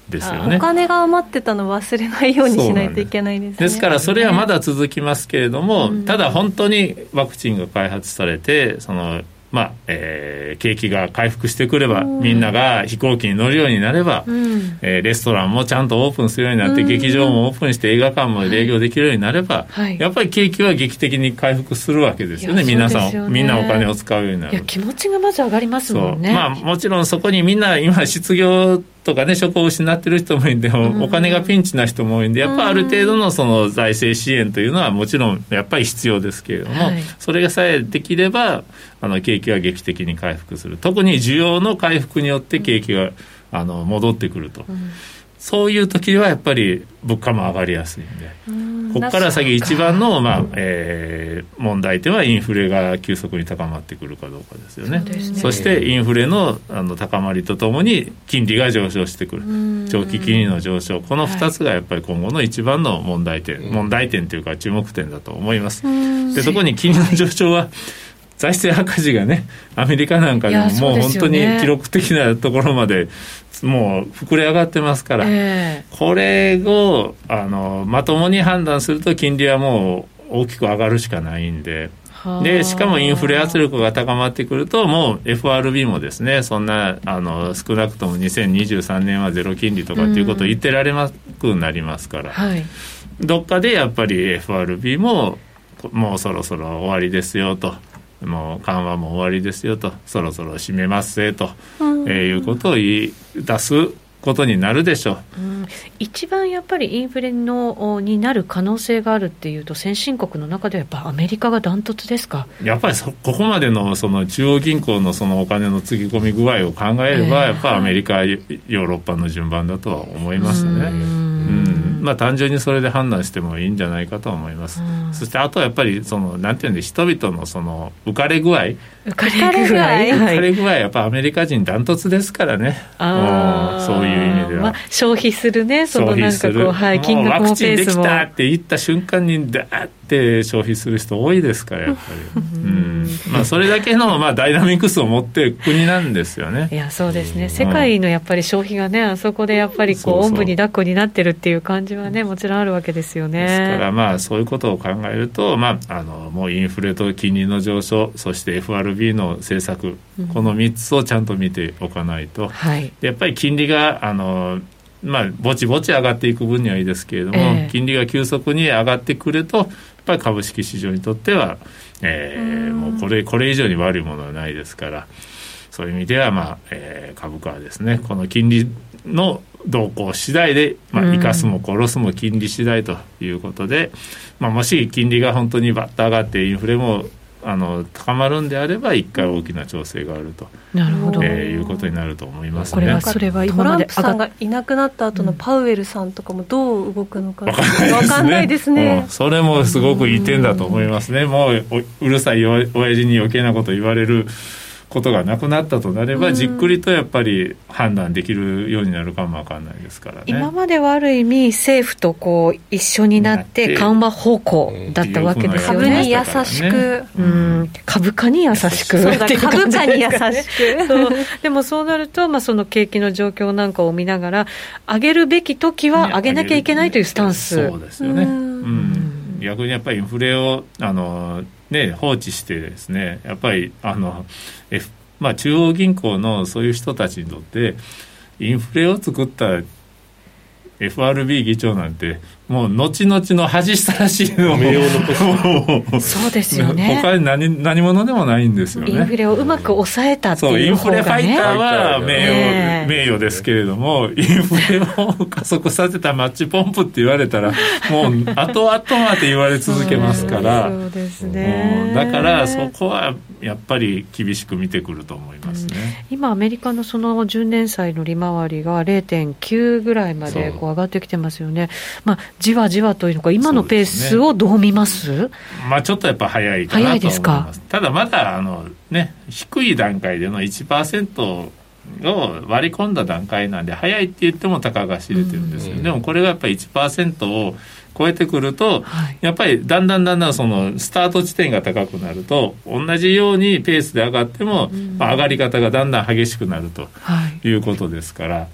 ですよね。 お金が余ってたの忘れないようにしないといけないですね。 ですからそれはまだ続きますけれども、うん、ただ本当にワクチンが開発されてそのまあえー、景気が回復してくれば、うん、みんなが飛行機に乗るようになれば、うんえー、レストランもちゃんとオープンするようになって、うん、劇場もオープンして映画館も営業できるようになれば、はい、やっぱり景気は劇的に回復するわけですよね。皆さんみんなお金を使うようになる。 いや気持ちがまず上がりますもんね。 まあ、もちろんそこにみんな今失業とかね職を失ってる人もいるんで、うん、お金がピンチな人も多いんでやっぱある程度のその財政支援というのはもちろんやっぱり必要ですけれども、はい、それがさえできればあの景気は劇的に回復する。特に需要の回復によって景気が、うん、あの戻ってくると、うん、そういう時はやっぱり物価も上がりやすいんで、うん、ここから先一番の、まあえー、問題点はインフレが急速に高まってくるかどうかですよね。 そうですね。そしてインフレ の, あの高まりとともに金利が上昇してくる、長期金利の上昇、このふたつがやっぱり今後の一番の問題点、はい、問題点というか注目点だと思います。でそこに金利の上昇は財政赤字がねアメリカなんかでももう本当に記録的なところまでもう膨れ上がってますから、えー、これをあのまともに判断すると金利はもう大きく上がるしかないんで、でしかもインフレ圧力が高まってくるともう エフアールビー もですねそんなあの少なくともにせんにじゅうさんねんはゼロ金利とかっていうことを言ってられなくなりますから、はい、どっかでやっぱり エフアールビー ももうそろそろ終わりですよと、もう緩和も終わりですよと、そろそろ締めますぜと、うんえー、いうことを言い出すことになるでしょう、うん、 一番やっぱりインフレのになる可能性があるっていうと先進国の中ではやっぱアメリカがダントツですか。 やっぱりそここまで の, その中央銀行 の, そのお金のつぎ込み具合を考えれば、えー、やっぱりアメリカ、ヨーロッパの順番だとは思いますね。うんうんまあ、単純にそれで判断してもいいんじゃないかと思います、うん、そしてあとはやっぱりそのなんていうんで人々のその浮かれ具合浮かれ具合浮かれ具合やっぱアメリカ人ダントツですからね。あそういう意味では、まあ、 消費するねそのなんかこう、はい、金額もペースもワクチンできたって言った瞬間にダーって消費する人多いですからやっぱり、うんまあ、それだけの、まあ、ダイナミクスを持っている国なんですよね。 いやそうですね、世界のやっぱり消費がねあそこでやっぱりこうおんぶに抱っこになってるっていう感じはねもちろんあるわけですよね。 ですからまあそういうことを考えると、まあ、あのもうインフレと金利の上昇そして エフアールビー の政策、うん、このみっつをちゃんと見ておかないと、はい、やっぱり金利があのまあ、ぼちぼち上がっていく分にはいいですけれども、えー、金利が急速に上がってくるとやっぱり株式市場にとっては、えー、もうこれ、これ以上に悪いものはないですからそういう意味では、まあえー、株価はですねこの金利の動向次第で、まあ、生かすも殺すも金利次第ということで、まあ、もし金利が本当にバッと上がってインフレもあの高まるんであれば一回大きな調整があると、なるほど、えー、いうことになると思いますね。 これはそれは今までトランプさんがいなくなった後のパウエルさんとかもどう動くのか分かんないですね。 それもすごくいい点だと思いますね。もう う, うるさいお親父に余計なこと言われることがなくなったとなれば、うん、じっくりとやっぱり判断できるようになるかもわかんないですからね。 今まではある意味政府とこう一緒になって緩和方向だったわけですよね。 株に優しく、 うん、株価に優しくそうだ株価に優しくそうでもそうなると、まあ、その景気の状況なんかを見ながら上げるべき時は上げなきゃいけないというスタンス。 そうですよね、うん、逆にやっぱりインフレをあのね、放置してですねやっぱりあの、F まあ、中央銀行のそういう人たちにとってインフレを作った エフアールビー 議長なんてもう後々の恥さらしいの名誉のそうですよね。 他に 何, 何者でもないんですよね。 インフレをうまく抑えたっていう方が、ね、 そうインフレファイターは名誉、えー、名誉ですけれどもインフレを加速させたマッチポンプって言われたらもう後々まで言われ続けますからそうですね。 だからそこはやっぱり厳しく見てくると思いますね、 うん、今アメリカのそのじゅうねん債の利回りが ゼロてんきゅう ぐらいまでこう上がってきてますよね。まあ、じわじわというのか今のペースをどう見ます？ ね、まあ、ちょっとやっぱ早いかなと思います。早いですか。ただまだあの、ね、低い段階での いちパーセント を割り込んだ段階なんで早いって言ってもたかが知れてるんですよ、うん、でもこれがやっぱり いちパーセント を超えてくると、はい、やっぱりだんだんだんだんそのスタート地点が高くなると同じようにペースで上がっても、うんまあ、上がり方がだんだん激しくなるということですから、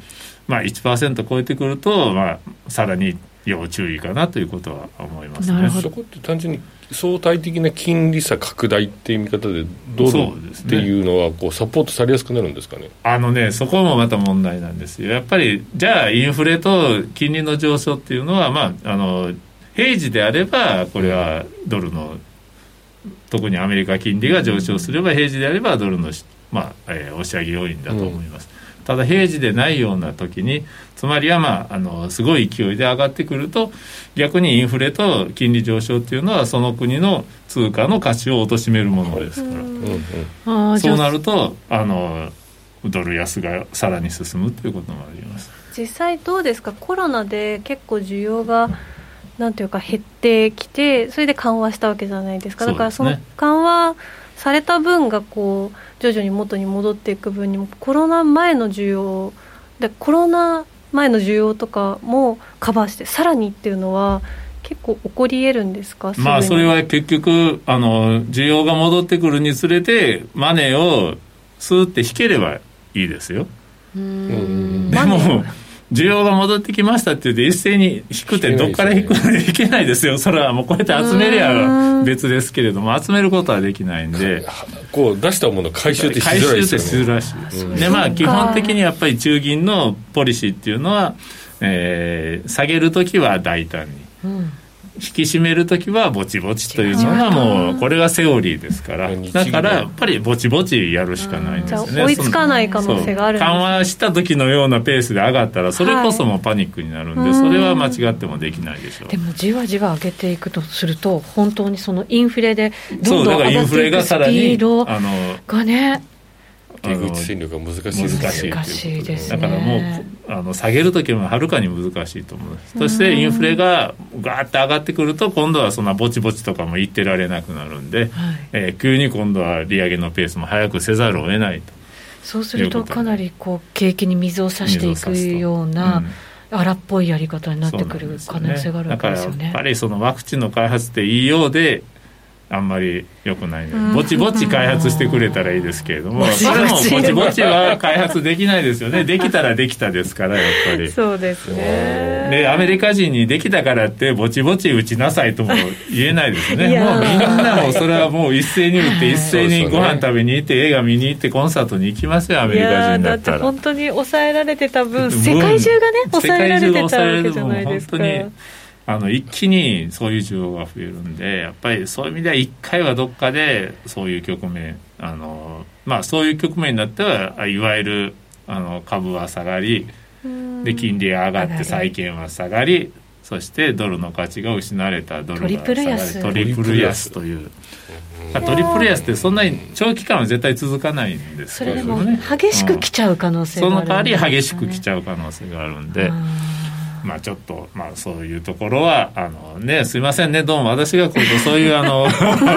まあ、いちパーセント 超えてくると、まあ、さらに要注意かなということは思いますね。 なるほど。そこって単純に相対的な金利差拡大っていう見方でドルっていうのはこうサポートされやすくなるんですかね。 あのね、そこもまた問題なんですよ。やっぱりじゃあインフレと金利の上昇っていうのは、まあ、あの平時であればこれはドルの、特にアメリカ金利が上昇すれば平時であればドルの、まあえー、押し上げ要因だと思います、うん、ただ平時でないような時に、つまりは、まあ、あのすごい勢いで上がってくると逆にインフレと金利上昇っていうのはその国の通貨の価値を貶めるものですから、うんうん、そうなるとあのドル安がさらに進むということもあります。 実際どうですか、コロナで結構需要がなんていうか減ってきて、それで緩和したわけじゃないですか。だからその緩和された分がこう徐々に元に戻っていく分にも、コロナ前の需要でコロナ前の需要とかもカバーしてさらにっていうのは結構起こり得るんですか。 まあそれは結局あの需要が戻ってくるにつれてマネーをスーって引ければいいですよ。うーん、でも需要が戻ってきましたって言って一斉に引くってどっから引くのにいけないですよ。それはもうこうやって集めりゃ別ですけれども、集めることはできないんで、 こう出したものを回収ってしづらいですよね。回収ってしづらしいです。 で、まあ基本的にやっぱり中銀のポリシーっていうのは、えー、下げるときは大胆に、うん、引き締めるときはぼちぼちというのがもうこれがセオリーですから、だからやっぱりぼちぼちやるしかないんですよね。 じゃあ追いつかない可能性があるんです。 緩和した時のようなペースで上がったらそれこそもうパニックになるんで、はい、それは間違ってもできないでしょう。 でもじわじわ上げていくとすると本当にそのインフレでどんどん上がっていくスピードがね、 出口戦略が難しいですね。 難しい、難しいですね。だからもうあの下げるときもはるかに難しいと思います。そしてインフレがガーッと上がってくると今度はそんなぼちぼちとかも言ってられなくなるんで、はい、えー、急に今度は利上げのペースも早くせざるを得ないと。 そうするとかなりこう景気に水を差していくような、うん、荒っぽいやり方になってくる可能性があるわけですよね。 だからやっぱりそのワクチンの開発っていいようであんまり良くないので、ぼちぼち開発してくれたらいいですけれども、それもぼちぼちは開発できないですよね。できたらできたですから、やっぱり。 そうですね。 でアメリカ人にできたからってぼちぼち打ちなさいとも言えないですね。もうみんなもそれはもう一斉に打って一斉にご飯食べに行って映画見に行ってコンサートに行きますよ、アメリカ人だったら。 いやだって本当に抑えられてた分、世界中がね抑えられてたわけじゃないですか。 あの一気にそういう需要が増えるんで、やっぱりそういう意味では一回はどっかでそういう局面、あの、まあ、そういう局面になってはいわゆるあの株は下がりで金利が上がって債券は下がり、そしてドルの価値が失われたドルが下がりトリプル安トリプル安という、まあ、トリプル安ってそんなに長期間は絶対続かないんですけどね。それでも激しく来ちゃう可能性があるんですね、 うん、その代わり激しく来ちゃう可能性があるんで、まあ、ちょっと、まあ、そういうところはあの、ね、すいませんね、どうも私が来るとそういうあの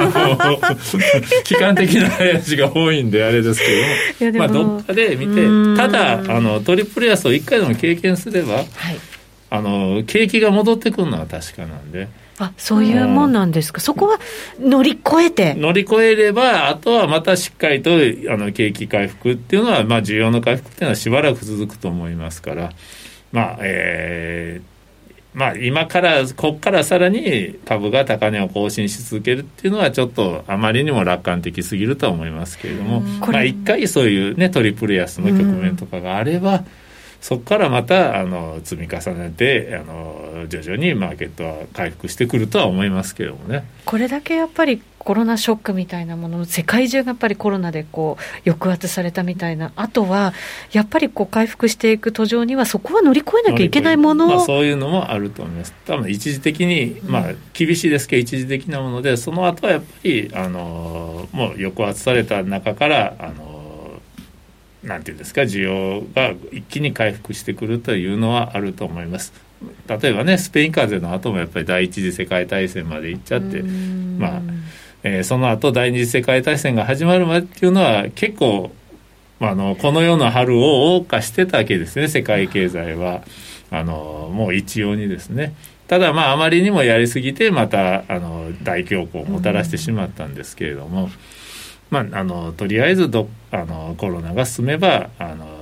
悲観的な話が多いんであれですけども、まあ、どっかで見て、ただあのトリプル安をいっかいでも経験すれば、はい、あの景気が戻ってくるのは確かなんで。 あ、そういうもんなんですか。そこは乗り越えて乗り越えれば、あとはまたしっかりとあの景気回復っていうのは、まあ、需要の回復っていうのはしばらく続くと思いますから、まあえーまあ、今からここからさらに株が高値を更新し続けるっていうのはちょっとあまりにも楽観的すぎるとは思いますけれども、まあ、一回そういう、ね、トリプル安の局面とかがあれば、そこからまたあの積み重ねてあの徐々にマーケットは回復してくるとは思いますけどもね。 これだけやっぱりコロナショックみたいなもの、世界中がやっぱりコロナでこう抑圧されたみたいな、あとはやっぱりこう回復していく途上にはそこは乗り越えなきゃいけないもの、 まあ、そういうのもあると思います。多分一時的に、まあ、厳しいですけど一時的なもので、その後はやっぱりあのもう抑圧された中からあのなんていうんですか、需要が一気に回復してくるというのはあると思います。例えばね、スペイン風邪の後もやっぱり第一次世界大戦まで行っちゃって、まあえー、その後第二次世界大戦が始まるまでっていうのは結構、まあ、あのこの世の春を謳歌してたわけですね、世界経済は。あのもう一様にですね。ただまああまりにもやりすぎてまたあの大恐慌をもたらしてしまったんですけれども、まあ、あのとりあえずどあのコロナが進めばあの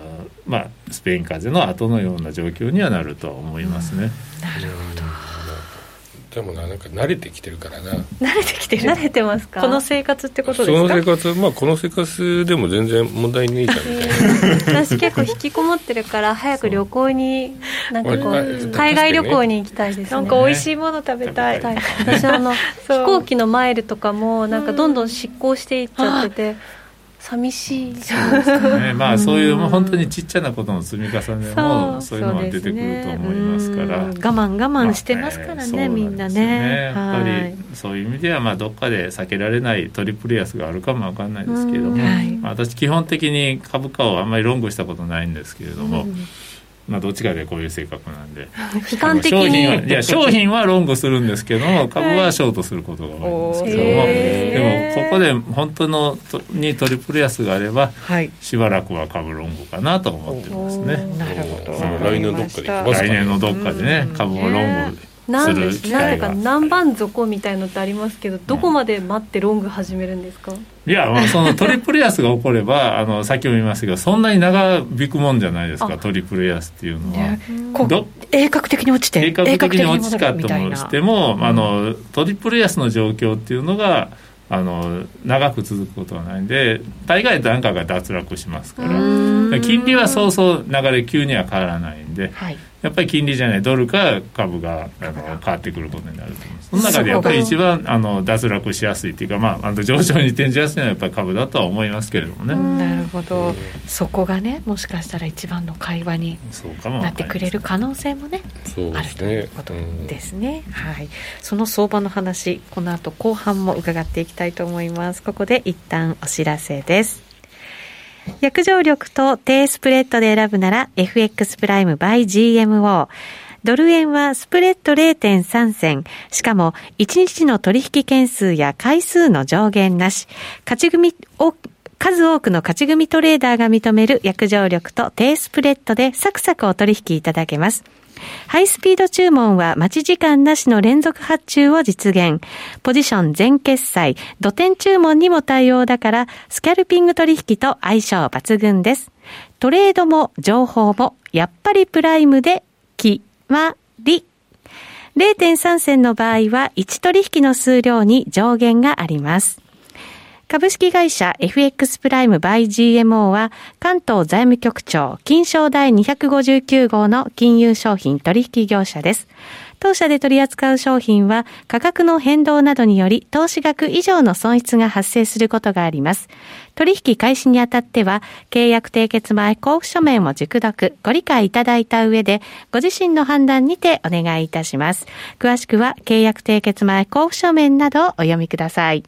まあ、スペイン風邪の後のような状況にはなるとは思いますね、 うん、なるほど。 でもな、なんか慣れてきてるからな。 慣れてきてる。 慣れてますか。 この生活ってことですか。 その生活、まあこの生活でも全然問題ねえじゃんみたいな。 私結構引きこもってるから早く旅行になんかこう海外旅行に行きたいですね。 なんか美味しいもの食べたい。 私あの飛行機のマイルとかもなんかどんどん失効していっちゃってて。寂しい。 そうですね。まあそういうもう本当にちっちゃなことの積み重ねもそういうのが出てくると思いますから。 我慢我慢してますからね、まあね、みんなね。 やっぱりそういう意味ではまあどっかで避けられないトリプル安があるかもわかんないですけれども、まあ、私基本的に株価をあんまりロングしたことないんですけれども。まあ、どっちかでこういう性格なんで悲観的に商品はいや商品はロングするんですけども株はショートすることが多いんですけども、でもここで本当のにトリプル安があれば、はい、しばらくは株ロングかなと思ってますね。 なるほど。 来年のどっかで行きますかね。 来年のどっかでね、株をロングする機会がなんか何番底みたいのってありますけど、どこまで待ってロング始めるんですか。 いや、まあ、そのトリプル安が起こればあのさっきも言いましたけどそんなに長引くもんじゃないですか。トリプル安っていうのは、ね、 鋭角的に落ちて鋭角的に落ちたともしても、うん、あのトリプル安の状況っていうのがあの長く続くことはないんで大概段階が脱落しますから、金利はそうそう流れ急には変わらないんで、はい、やっぱり金利じゃないドルか株があの変わってくることになると思います。その中でやっぱり一番あの脱落しやすいっていうか、まあ、あの上昇に転じやすいのはやっぱり株だとは思いますけれどもね。 なるほど、そこがねもしかしたら一番の会話になってくれる可能性もねあるということですね、うん、はい、その相場の話この後後半も伺っていきたいと思います。ここで一旦お知らせです。約定力と低スプレッドで選ぶなら エフエックス プライム by ジーエムオー。ドル円はスプレッド れいてんさん 銭。しかもいちにちの取引件数や回数の上限なし。勝ち組を数多くの勝ち組トレーダーが認める約定力と低スプレッドでサクサクお取引いただけます。ハイスピード注文は待ち時間なしの連続発注を実現。ポジション全決済、土点注文にも対応だから、スキャルピング取引と相性抜群です。トレードも情報もやっぱりプライムで決まり。れいてんさん 銭の場合はいち取引の数量に上限があります。株式会社 エフエックス プライム by ジーエムオー は関東財務局長金商第にひゃくごじゅうきゅう号の金融商品取引業者です。当社で取り扱う商品は価格の変動などにより投資額以上の損失が発生することがあります。取引開始にあたっては契約締結前交付書面を熟読ご理解いただいた上でご自身の判断にてお願いいたします。詳しくは契約締結前交付書面などをお読みください。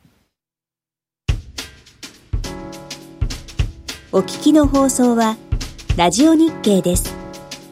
お聞きの放送はラジオ日経です。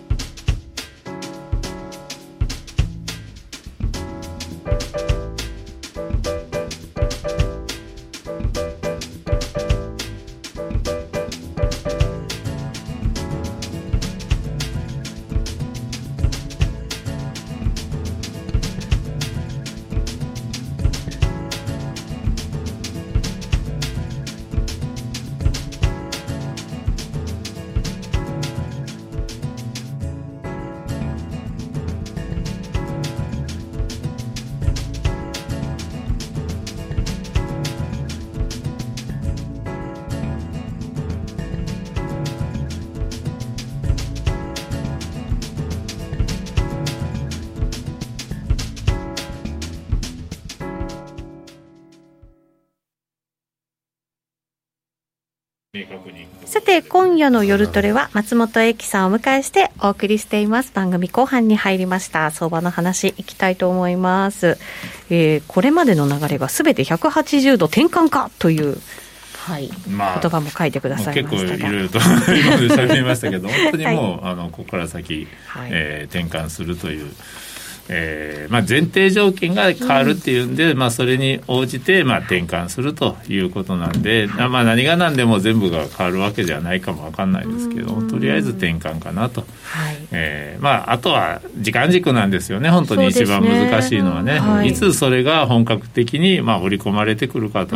さて今夜の夜トレは松本英樹さんをお迎えしてお送りしています。番組後半に入りました。相場の話いきたいと思います、えー、これまでの流れがすべてひゃくはちじゅうど転換かという、はいまあ、言葉も書いてくださいましたが結構いろいろと今まで喋りましたけど本当にもう、はい、あのここから先、はいえー、転換するというえーまあ、前提条件が変わるっていうんで、うんまあ、それに応じて、まあ、転換するということなんで、はいまあ、何が何でも全部が変わるわけではないかも分かんないですけどとりあえず転換かなと、はいえーまあ、あとは時間軸なんですよね。本当に一番難しいのはね、はい、いつそれが本格的に、まあ、織り込まれてくるかと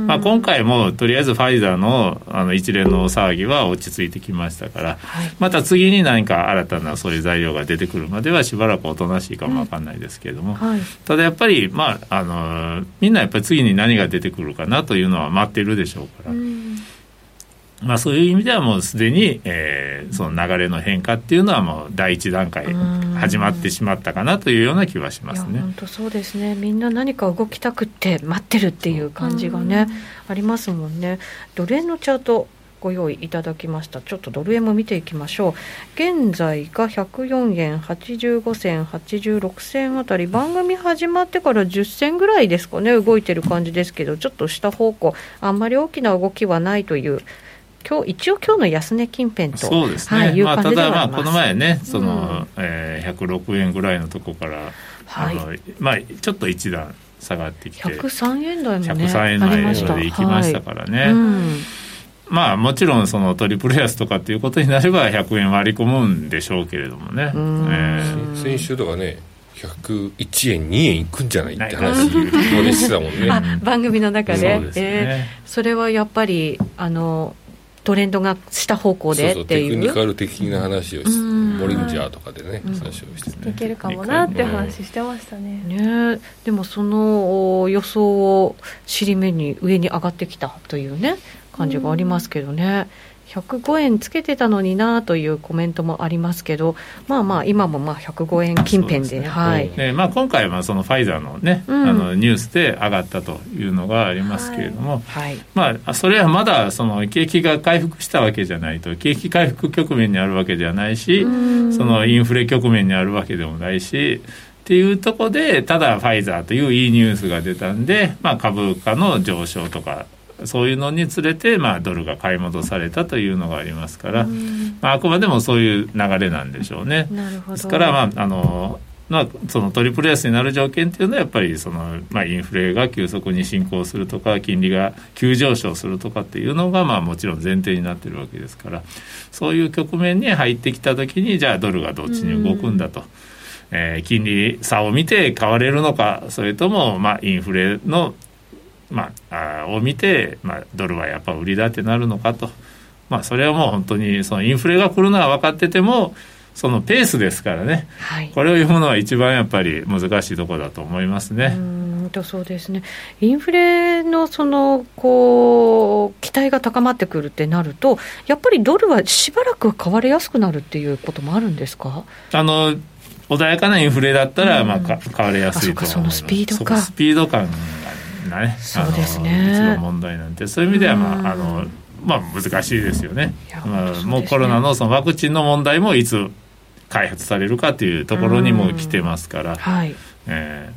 まあ、今回もとりあえずファイザー の, あの一連の騒ぎは落ち着いてきましたから、はい、また次に何か新たなそういう材料が出てくるまではしばらくおとなしいかもわかんないですけれども、うんはい、ただやっぱり、まあ、あのみんなやっぱり次に何が出てくるかなというのは待っているでしょうから、うんまあ、そういう意味ではもうすでに、えー、その流れの変化っていうのはもう第一段階始まってしまったかなというような気はしますね。 いや本当そうですね。みんな何か動きたくって待ってるっていう感じがねありますもんね。ドル円のチャートご用意いただきました。ちょっとドル円も見ていきましょう。現在がひゃくよんえんはちじゅうごせんはちじゅうろくせんあたり、番組始まってからじゅっせんぐらいですかね動いてる感じですけど、ちょっと下方向あんまり大きな動きはないという今日一応今日の安値近辺とそうですね、はい、いう感じではあります。まあ、ただまあこの前ねその、うんえー、ひゃくろくえんぐらいのとこから、はい、あのまあ、ちょっと一段下がってきてひゃくさんえん台もねひゃくさんえん台まで行きましたからね、はいうん、まあもちろんそのトリプル安とかっていうことになればひゃくえん割り込むんでしょうけれどもね、うん、えー、先週とかねひゃくいちえんにえんいくんじゃないって話をしてたもんねあ番組の中で、そうですね、えー、それはやっぱりあのトレンドが下方向でっていうそうそうテクニカル的な話をしてモリンジャーとかでね、うん、話をしてねいけるかもなって話してましたね。 ねでもその予想を尻目に上に上がってきたというね感じがありますけどね、ひゃくごえんつけてたのになというコメントもありますけど、まあまあ今もまあひゃくごえん近辺 で, で、ねはいねまあ、今回はそのファイザーのね、うん、あのニュースで上がったというのがありますけれども、はいはいまあ、それはまだその景気が回復したわけじゃないと、景気回復局面にあるわけではないし、そのインフレ局面にあるわけでもないしっていうところで、ただファイザーといういいニュースが出たんで、まあ、株価の上昇とかそういうのにつれて、まあ、ドルが買い戻されたというのがありますから、まあ、あくまでもそういう流れなんでしょうね。 なるほど。 ですから、まああのまあ、そのトリプル安になる条件というのはやっぱりその、まあ、インフレが急速に進行するとか金利が急上昇するとかっていうのが、まあ、もちろん前提になっているわけですから、そういう局面に入ってきたときにじゃあドルがどっちに動くんだと、えー、金利差を見て買われるのか、それとも、まあ、インフレのまあ、あを見て、まあ、ドルはやっぱ売りだってなるのかと、まあ、それはもう本当にそのインフレが来るのは分かっててもそのペースですからね、はい、これを読むのは一番やっぱり難しいところだと思いますね。 うーんとそうですね。インフレのそのこう期待が高まってくるってなるとやっぱりドルはしばらく買われやすくなるっていうこともあるんですか？ あの穏やかなインフレだったら、まあ、か買われやすいと思います。 そのスピードかスピード感がね、 そうですね、 あの一番問題なんて、そういう意味では、まああのまあ、難しいですよね。まあ、もうコロナ の, そのワクチンの問題もいつ開発されるかというところにも来てますから、はいえ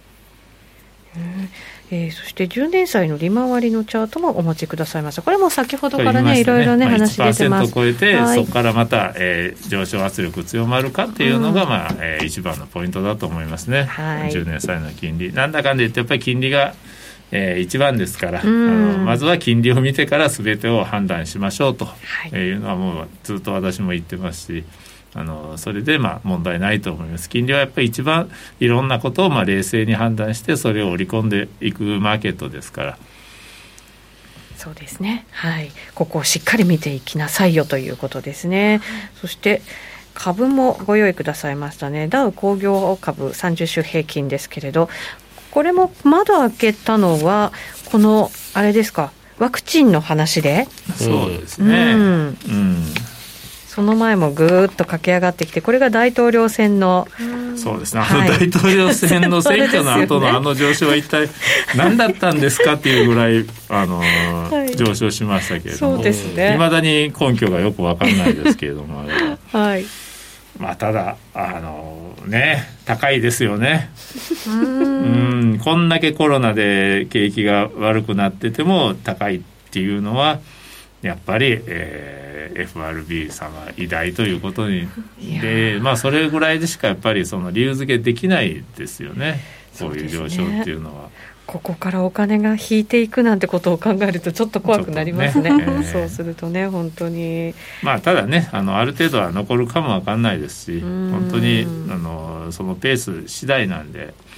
ーえー、そしてじゅうねん債の利回りのチャートもお持ちくださいました。これも先ほどからねいろいろね、まあ、話出てます。 いちパーセント 超えて、はい、そこからまた、えー、上昇圧力強まるかっていうのが、まあえー、一番のポイントだと思いますね、はい、じゅうねん債の金利なんだかんで言ってやっぱり金利がえー、一番ですから、あのまずは金利を見てから全てを判断しましょうというのはもうずっと私も言ってますし、あのそれでまあ問題ないと思います。金利はやっぱり一番いろんなことをまあ冷静に判断してそれを織り込んでいくマーケットですから。 そうですね、はい、ここをしっかり見ていきなさいよということですね。そして株もご用意くださいましたね。ダウ工業株さんじゅっ週平均ですけれど、これも窓開けたのはこのあれですか、ワクチンの話で、 そうですね、うんうん、 その前もぐーっと駆け上がってきて、これが大統領選の、 そうですね、あの大統領選の選挙の後のあの上昇は一体何だったんですかっていうぐらいあの、はい、上昇しましたけれども、 そうですね、 未だに根拠がよく分かんないですけれどもはい、 まあ、ただあのね高いですよね。うーんこんだけコロナで景気が悪くなってても高いっていうのはやっぱり、えー、エフアールビー 様偉大ということにで、まあ、それぐらいでしかやっぱりその理由付けできないですよね、そういう上昇っていうのは。 ここからお金が引いていくなんてことを考えるとちょっと怖くなりますね、ねえー、そうするとね本当に、 まあ、ただね あの, ある程度は残るかもわかんないですし、本当にあのそのペース次第なんで、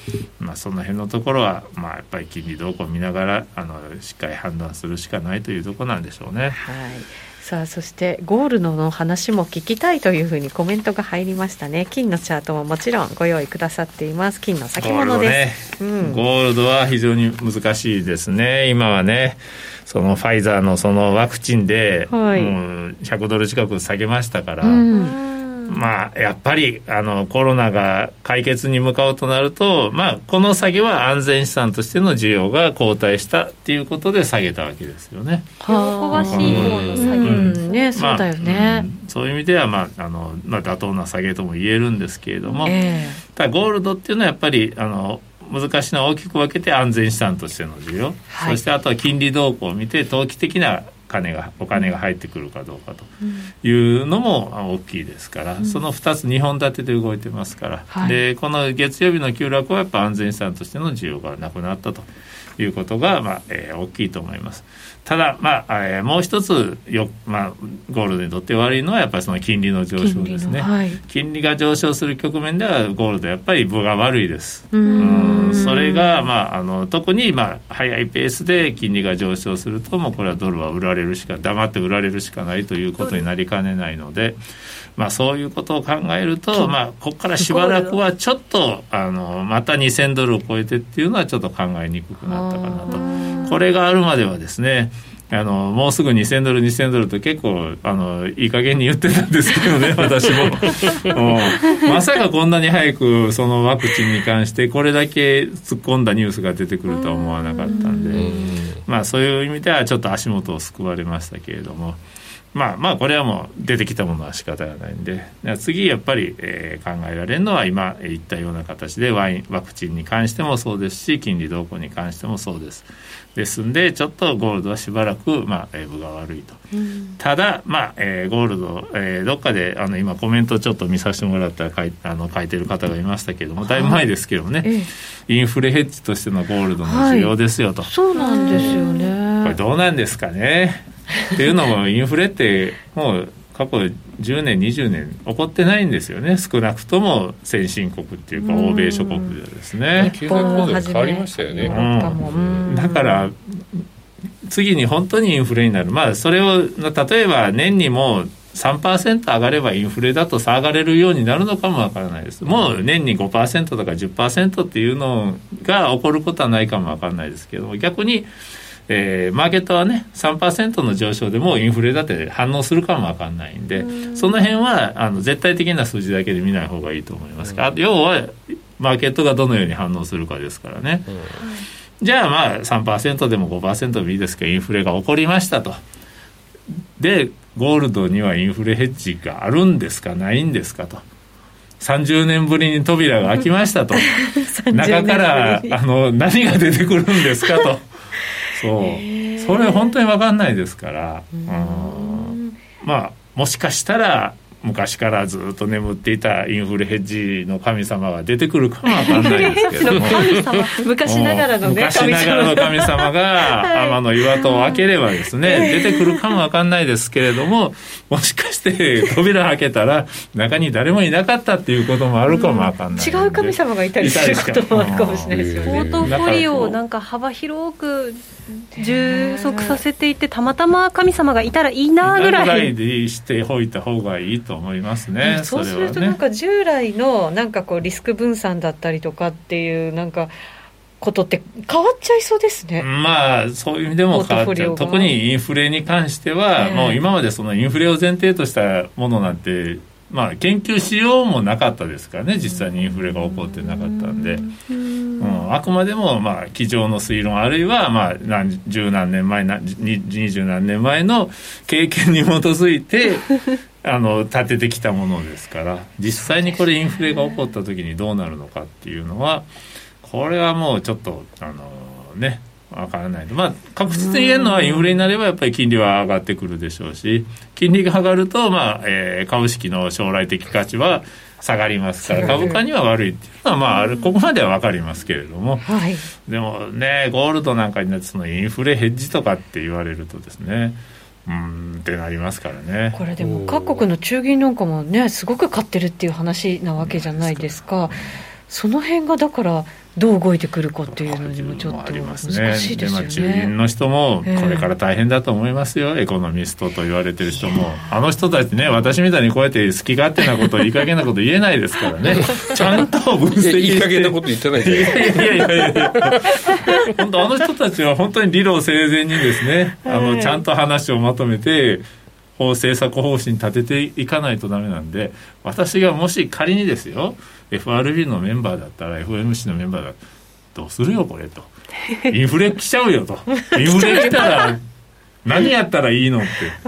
まあ、その辺のところは、まあ、やっぱり金利動向を見ながらあのしっかり判断するしかないというところなんでしょうね。 はい、さあそしてゴールドの話も聞きたいというふうにコメントが入りましたね。金のチャートももちろんご用意くださっています。金の先物です。 ゴールドね、うん、ゴールドは非常に難しいですね。今はねそのファイザーのそのワクチンで、はい、もうひゃくドル近く下げましたから、うんまあ、やっぱりあのコロナが解決に向かうとなると、まあ、この下げは安全資産としての需要が後退したっていうことで下げたわけですよね。 喜ばしい方の下げです、 うんね、そうだよね、まあうん、 そういう意味では、まああのまあ、妥当な下げとも言えるんですけれども、えー、ただゴールドっていうのはやっぱりあの難しいのは大きく分けて安全資産としての需要、はい、そしてあとは金利動向を見て投機的な金がお金が入ってくるかどうかというのも大きいですから、うん、そのふたつにほん立てで動いてますから、はい、でこの月曜日の急落はやっぱ安全資産としての需要がなくなったということが、まあえー、大きいと思います。ただ、まあえー、もう一つよ、まあ、ゴールドにとって悪いのはやっぱりその金利の上昇ですね。金利、はい、金利が上昇する局面ではゴールドやっぱり分が悪いです。うーんそれが、まあ、あの特に、まあ、早いペースで金利が上昇するともうこれはドルは売られるしか黙って売られるしかないということになりかねないので、まあ、そういうことを考えると、まあ、ここからしばらくはちょっとあのまたにせんドルを超えてっていうのはちょっと考えにくくなったかなと。これがあるまではですねあのもうすぐにせんドルにせんドルと結構あのいい加減に言ってたんですけどね私もまさかこんなに早くそのワクチンに関してこれだけ突っ込んだニュースが出てくるとは思わなかったんで、まあ、そういう意味ではちょっと足元を救われましたけれども、まあまあこれはもう出てきたものは仕方がないんで、次やっぱり、えー、考えられるのは今言ったような形でワインワクチンに関してもそうですし金利動向に関してもそうですですんでちょっとゴールドはしばらく、まあ、えー、分が悪いと、うん、ただ、まあえー、ゴールド、えー、どっかであの今コメントちょっと見させてもらったら書い、あの書いてる方がいましたけどもだいぶ前ですけどもね、はい、インフレヘッジとしてのゴールドの需要ですよと、 はい、そうなんですよね。 これどうなんですかねっていうのもインフレってもう過去じゅうねんにじゅうねん起こってないんですよね。少なくとも先進国っていうか欧米諸国ではですね。 経済構造が変わりましたよね、 うん、だから次に本当にインフレになる、まあそれを例えば年にもう さんパーセント 上がればインフレだと下がれるようになるのかもわからないです。もう年に ごパーセント とか じゅっパーセント っていうのが起こることはないかもわからないですけども、逆にえー、マーケットはね さんパーセント の上昇でもインフレだって反応するかも分かんないんで、んその辺はあの絶対的な数字だけで見ない方がいいと思いますが、要はマーケットがどのように反応するかですからね、うん、じゃあまあ さんパーセント でも ごパーセント でもいいですけどインフレが起こりましたと。でゴールドにはインフレヘッジがあるんですかないんですかと。さんじゅうねんぶりに扉が開きましたと中からあの何が出てくるんですかとそうそれ本当に分かんないですから、うん、まあもしかしたら昔からずっと眠っていたインフレヘッジの神様が出てくるかも分かんないですけども昔ながらのね昔ながらの神様が天の岩戸を開ければですね、出てくるかも分かんないですけれども、もしかして扉開けたら中に誰もいなかったっていうこともあるかも分かんない、 うん、違う神様がいたりすることもあるかもしれないですよね。 ポートフォリオをなんか幅広く充足させていてたまたま神様がいたらいいなぐらいぐらいでしておいた方がいいと思いますね。 そうするとなんか従来のなんかこうリスク分散だったりとかっていうなんかことって変わっちゃいそうですね。 まあそういう意味でも変わっちゃう。特にインフレに関しては、えー、もう今までそのインフレを前提としたものなんてまあ研究しようもなかったですからね。実際にインフレが起こってなかったんで、うん、うん、あくまでもまあ机上の推論あるいはまあ何十何年前な二十何年前の経験に基づいてあの立ててきたものですから、実際にこれインフレが起こった時にどうなるのかっていうのはこれはもうちょっとあのねわからない。まあ確実に言えるのはインフレになればやっぱり金利は上がってくるでしょうし、金利が上がるとまあ、えー、株式の将来的価値は下がりますから株価には悪いっていうのはまああれここまでは分かりますけれども、はい、でもねゴールドなんかになってそのインフレヘッジとかって言われるとですねうーんってなりますからね。 これでも各国の中銀なんかもねすごく買ってるっていう話なわけじゃないですか。 その辺がだからどう動いてくるかっていうのにもちょっと難しいですよね。 で、まあ、中銀の人もこれから大変だと思いますよ、えー、エコノミストと言われてる人も。あの人たちね、私みたいにこうやって好き勝手なこといい加減なこと言えないですからねちゃんと分析して。 いい加減なこと言ってないじゃないですか。いやいやいやいや本当あの人たちは本当に理路整然にですね、あのちゃんと話をまとめて政策方針立てていかないとダメなんで、私がもし仮にですよ エフアールビー のメンバーだったら エフオーエムシー のメンバーだったらどうするよこれと、インフレ来ちゃうよとインフレ来たら何やったらいいのってうん、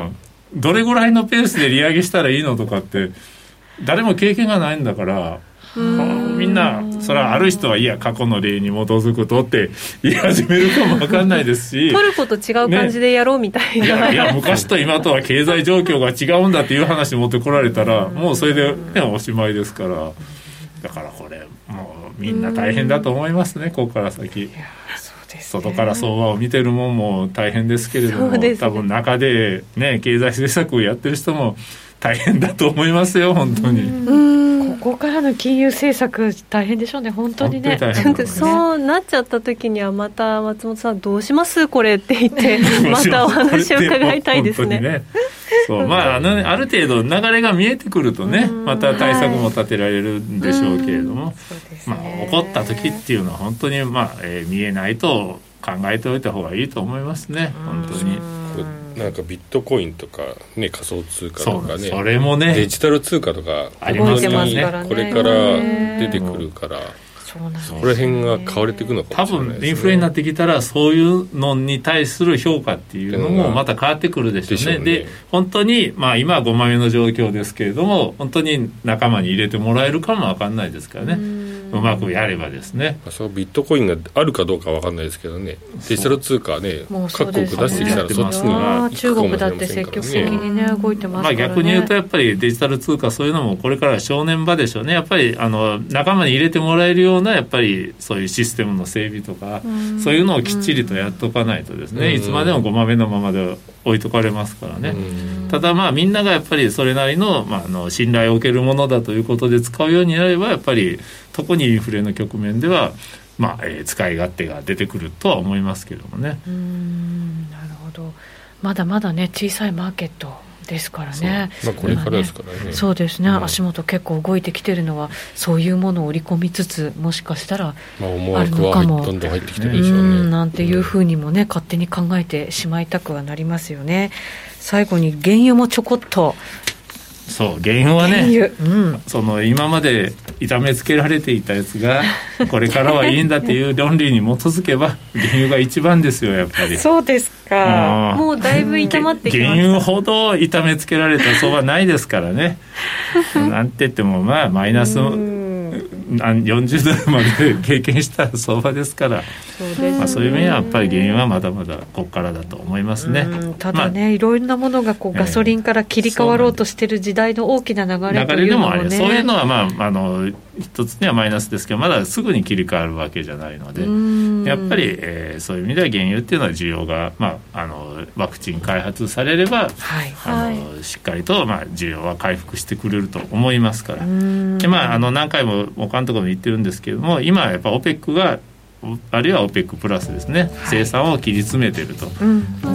どれぐらいのペースで利上げしたらいいのとかって誰も経験がないんだから、みんなそれはある人はいや過去の例に基づくとって言い始めるかも分かんないですしトルコと違う感じでやろうみたいな、 ね、いやいや昔と今とは経済状況が違うんだっていう話持ってこられたらもうそれで、ね、おしまいですから。だからこれもうみんな大変だと思いますね、ここから先。いやそうですね、外から相場を見てるもんも大変ですけれども、ね、多分中で、ね、経済政策をやってる人も大変だと思いますよ本当に。 うんここからの金融政策大変でしょうね本当にね。 本当にそうなっちゃった時にはまた松本さんどうしますこれって言ってまたお話を伺いたいですね。 ねそうまあ、あのある程度流れが見えてくるとねまた対策も立てられるんでしょうけれども、はいまあ、起こった時っていうのは本当に、まあえー、見えないと考えておいた方がいいと思いますね本当に。 なんかビットコインとか、ね、仮想通貨とかね、 それもねデジタル通貨とかありますからね、これから出てくるからそこら辺が買われていくのかもしれないですね。 多分インフレになってきたらそういうのに対する評価っていうのもまた変わってくるでしょうね。でしょうね。で本当に、まあ、今はごまめの状況ですけれども本当に仲間に入れてもらえるかも分かんないですからね、うまくやればですね。 そうビットコインがあるかどうか分かんないですけどね、デジタル通貨はね各国出してきたらそっちには中国だって積極的にね動いてますからね。 まあ、逆に言うとやっぱりデジタル通貨そういうのもこれから正念場でしょうね。やっぱりあの仲間に入れてもらえるようなやっぱりそういうシステムの整備とかそういうのをきっちりとやっとかないとですねいつまでもごまめのままで置いとかれますからね。ただまあみんながやっぱりそれなりの、まあ、あの信頼を受けるものだということで使うようになればやっぱり特にインフレの局面では、まあえー、使い勝手が出てくるとは思いますけどもね。 うーんなるほど。まだまだね小さいマーケットですからね。 まあ、これからですからね。 そうですね、うん、足元結構動いてきてるのはそういうものを織り込みつつもしかしたらあるのかも、 まあ、どんどん入ってきてるでしょうね。 うんなんていうふうにもね勝手に考えてしまいたくはなりますよね。最後に原油もちょこっと。 そう原油はね原油、うん、 その今まで痛めつけられていたやつがこれからはいいんだっていう論理に基づけば原油が一番ですよやっぱり。 そうですか。 もうだいぶ痛まってきました。 原油ほど痛めつけられた相場ないですからねなんて言ってもまあマイナスよんじゅうドルまで経験した相場ですからそうですね、まあ、そういう面はやっぱり原油はまだまだここからだと思いますね。 ただね、まあ、いろんなものがこうガソリンから切り替わろうとしている時代の大きな流れというのもね、 流れでもある。そういうのは、まあ、あの一つにはマイナスですけどまだすぐに切り替わるわけじゃないのでやっぱり、えー、そういう意味では原油っていうのは需要が、まあ、あのワクチン開発されれば、はい、あのはい、しっかりと、まあ、需要は回復してくれると思いますから。で、まあ、あの何回も他のところも言ってるんですけれども今はやっぱ オペック があるいは オペック プラスですね、はい、生産を切り詰めてると、うん、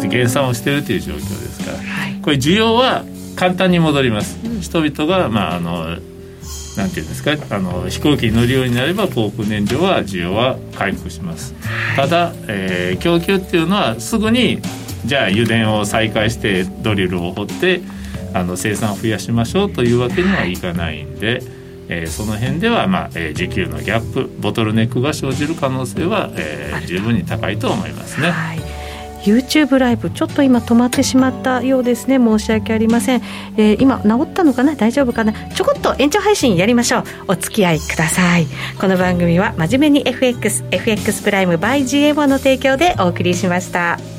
減産をしてるという状況ですから、はい、これ需要は簡単に戻ります、うん、人々が、まあ、あのなんていうんですかあの飛行機に乗るようになれば航空燃料は需要は回復します。ただ、えー、供給っていうのはすぐにじゃあ油田を再開してドリルを掘ってあの生産を増やしましょうというわけにはいかないんで、えー、その辺では、まあえー、需給のギャップボトルネックが生じる可能性は、えー、十分に高いと思いますね。 はい、YouTube ライブちょっと今止まってしまったようですね。申し訳ありません、えー、今治ったのかな大丈夫かな。ちょこっと延長配信やりましょう。お付き合いください。この番組は真面目に エフエックス エフエックス プライム by ジーエムオー の提供でお送りしました。